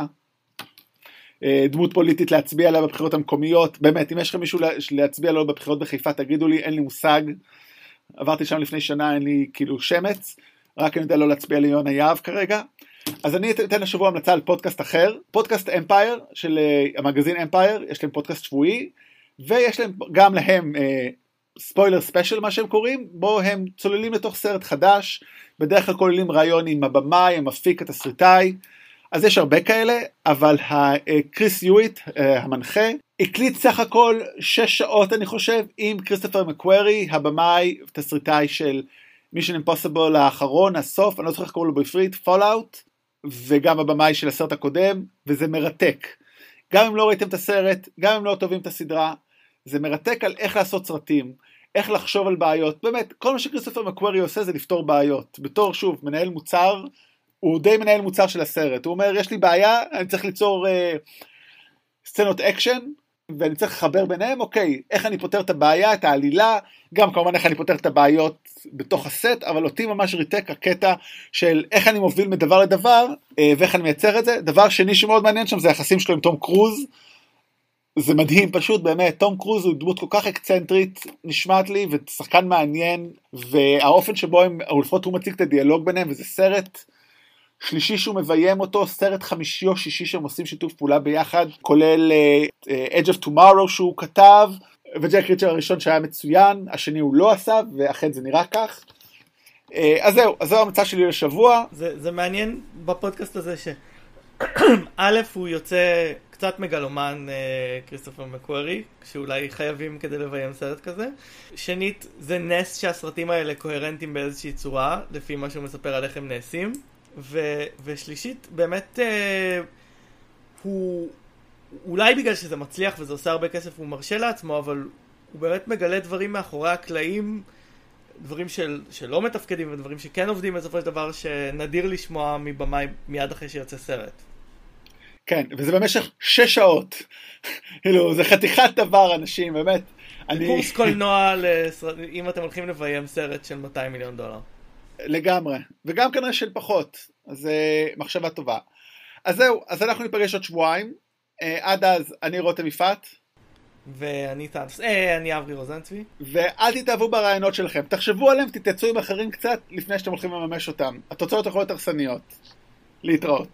דמות פוליטית להצביע עליה בבחירות המקומיות, באמת, אם יש לכם מישהו להצביע עליה בבחירות בחיפה, תגידו לי, אין לי מושג, עברתי שם לפני שנה, אין לי כאילו שמץ, רק אני יודע לא להצביע ליונה יהב כרגע, אז אני אתן לשבוע המלצה על פודקאסט אחר, פודקאסט אמפייר, של המגזין אמפייר, יש להם פודקאסט שבועי, ויש להם גם להם ספוילר ספיישל מה שהם קוראים, בו הם צוללים לתוך סרט חדש, בדרך כלל כוללים רעיון עם הבמאי, המפיק, התסריטאי, אז יש הרבה כאלה, אבל קריס יואיט, המנחה, הקליט סך הכל שש שעות אני חושב, עם כריסטופר מקוורי, הבמאי ותסריטאי של מישן אימפוסיבל האחרון, הסוף, אני לא זוכר איך קוראים לו בעברית, פולאוט, וגם הבמאי של הסרט הקודם, וזה מרתק. גם אם לא ראיתם את הסרט, גם אם לא טובים את הסדרה, זה מרתק על איך לעשות סרטים, איך לחשוב על בעיות, באמת, כל מה שכריסטופר מקוורי עושה זה לפתור בעיות, בתור שוב, מנהל מוצר, הוא די מנהל מוצר של הסרט, הוא אומר, יש לי בעיה, אני צריך ליצור אה, סצנות אקשן, ואני צריך לחבר ביניהם, אוקיי, איך אני פותר את הבעיה, את העלילה, גם כמובן איך אני פותר את הבעיות בתוך הסט, אבל אותי ממש ריתק הקטע של איך אני מוביל מדבר לדבר, ואיך אני מייצר את זה. דבר שני שמאוד מעניין שם זה היחסים שלו עם תום קרוז, זה מדהים פשוט, באמת, תום קרוז הוא דמות כל כך אקצנטרית, נשמעת לי, ושחקן מעניין, והאופן שבו הם, או לפחות הוא מציג את הדיאלוג ביניהם, וזה סרט שלישי שהוא מביים אותו, סרט חמישי או שישי שהם עושים שיתוף פעולה ביחד, כולל uh, Edge of Tomorrow שהוא כתב, וג'ק ריצ'ר הראשון שהיה מצוין, השני הוא לא עשה, ואכן זה נראה כך. Uh, אז זהו, אז זהו המצע שלי לשבוע. זה, זה מעניין בפודקאסט הזה ש... א', הוא יוצא קצת מגלומן, כריסטופר מקוורי, שאולי חייבים כדי לביים סרט כזה. שנית, זה נס שהסרטים האלה קוהרנטיים באיזושהי צורה, לפי מה שהוא מספר על איך הם נעשים. ו- ושלישית, באמת, אה, הוא, אולי בגלל שזה מצליח וזה עושה הרבה כסף, הוא מרשה לעצמו, אבל הוא באמת מגלה דברים מאחורי הקלעים, דברים של, שלא מתפקדים ודברים שכן עובדים בסופו של דבר, שנדיר לשמוע מבמאי מיד אחרי שיוצא סרט. כן, וזה במשך שש שעות. זה חתיכת דבר, אנשים, באמת. זה קורס קולנוע, לסרט, אם אתם הולכים לביים סרט של מאתיים מיליון דולר. לגמרי, וגם כנראה של פחות, אז uh, מחשבה טובה. אז זהו, אז אנחנו ניפגש עוד שבועיים, uh, עד אז אני רותם יפעת. ואני טאנס, אה, אני אברי רוזנצבי. ואל תתאהבו ברעיונות שלכם, תחשבו עליהם, תתייצאו עם אחרים קצת לפני שאתם הולכים לממש אותם. התוצאות יכולות הרסניות. להתראות.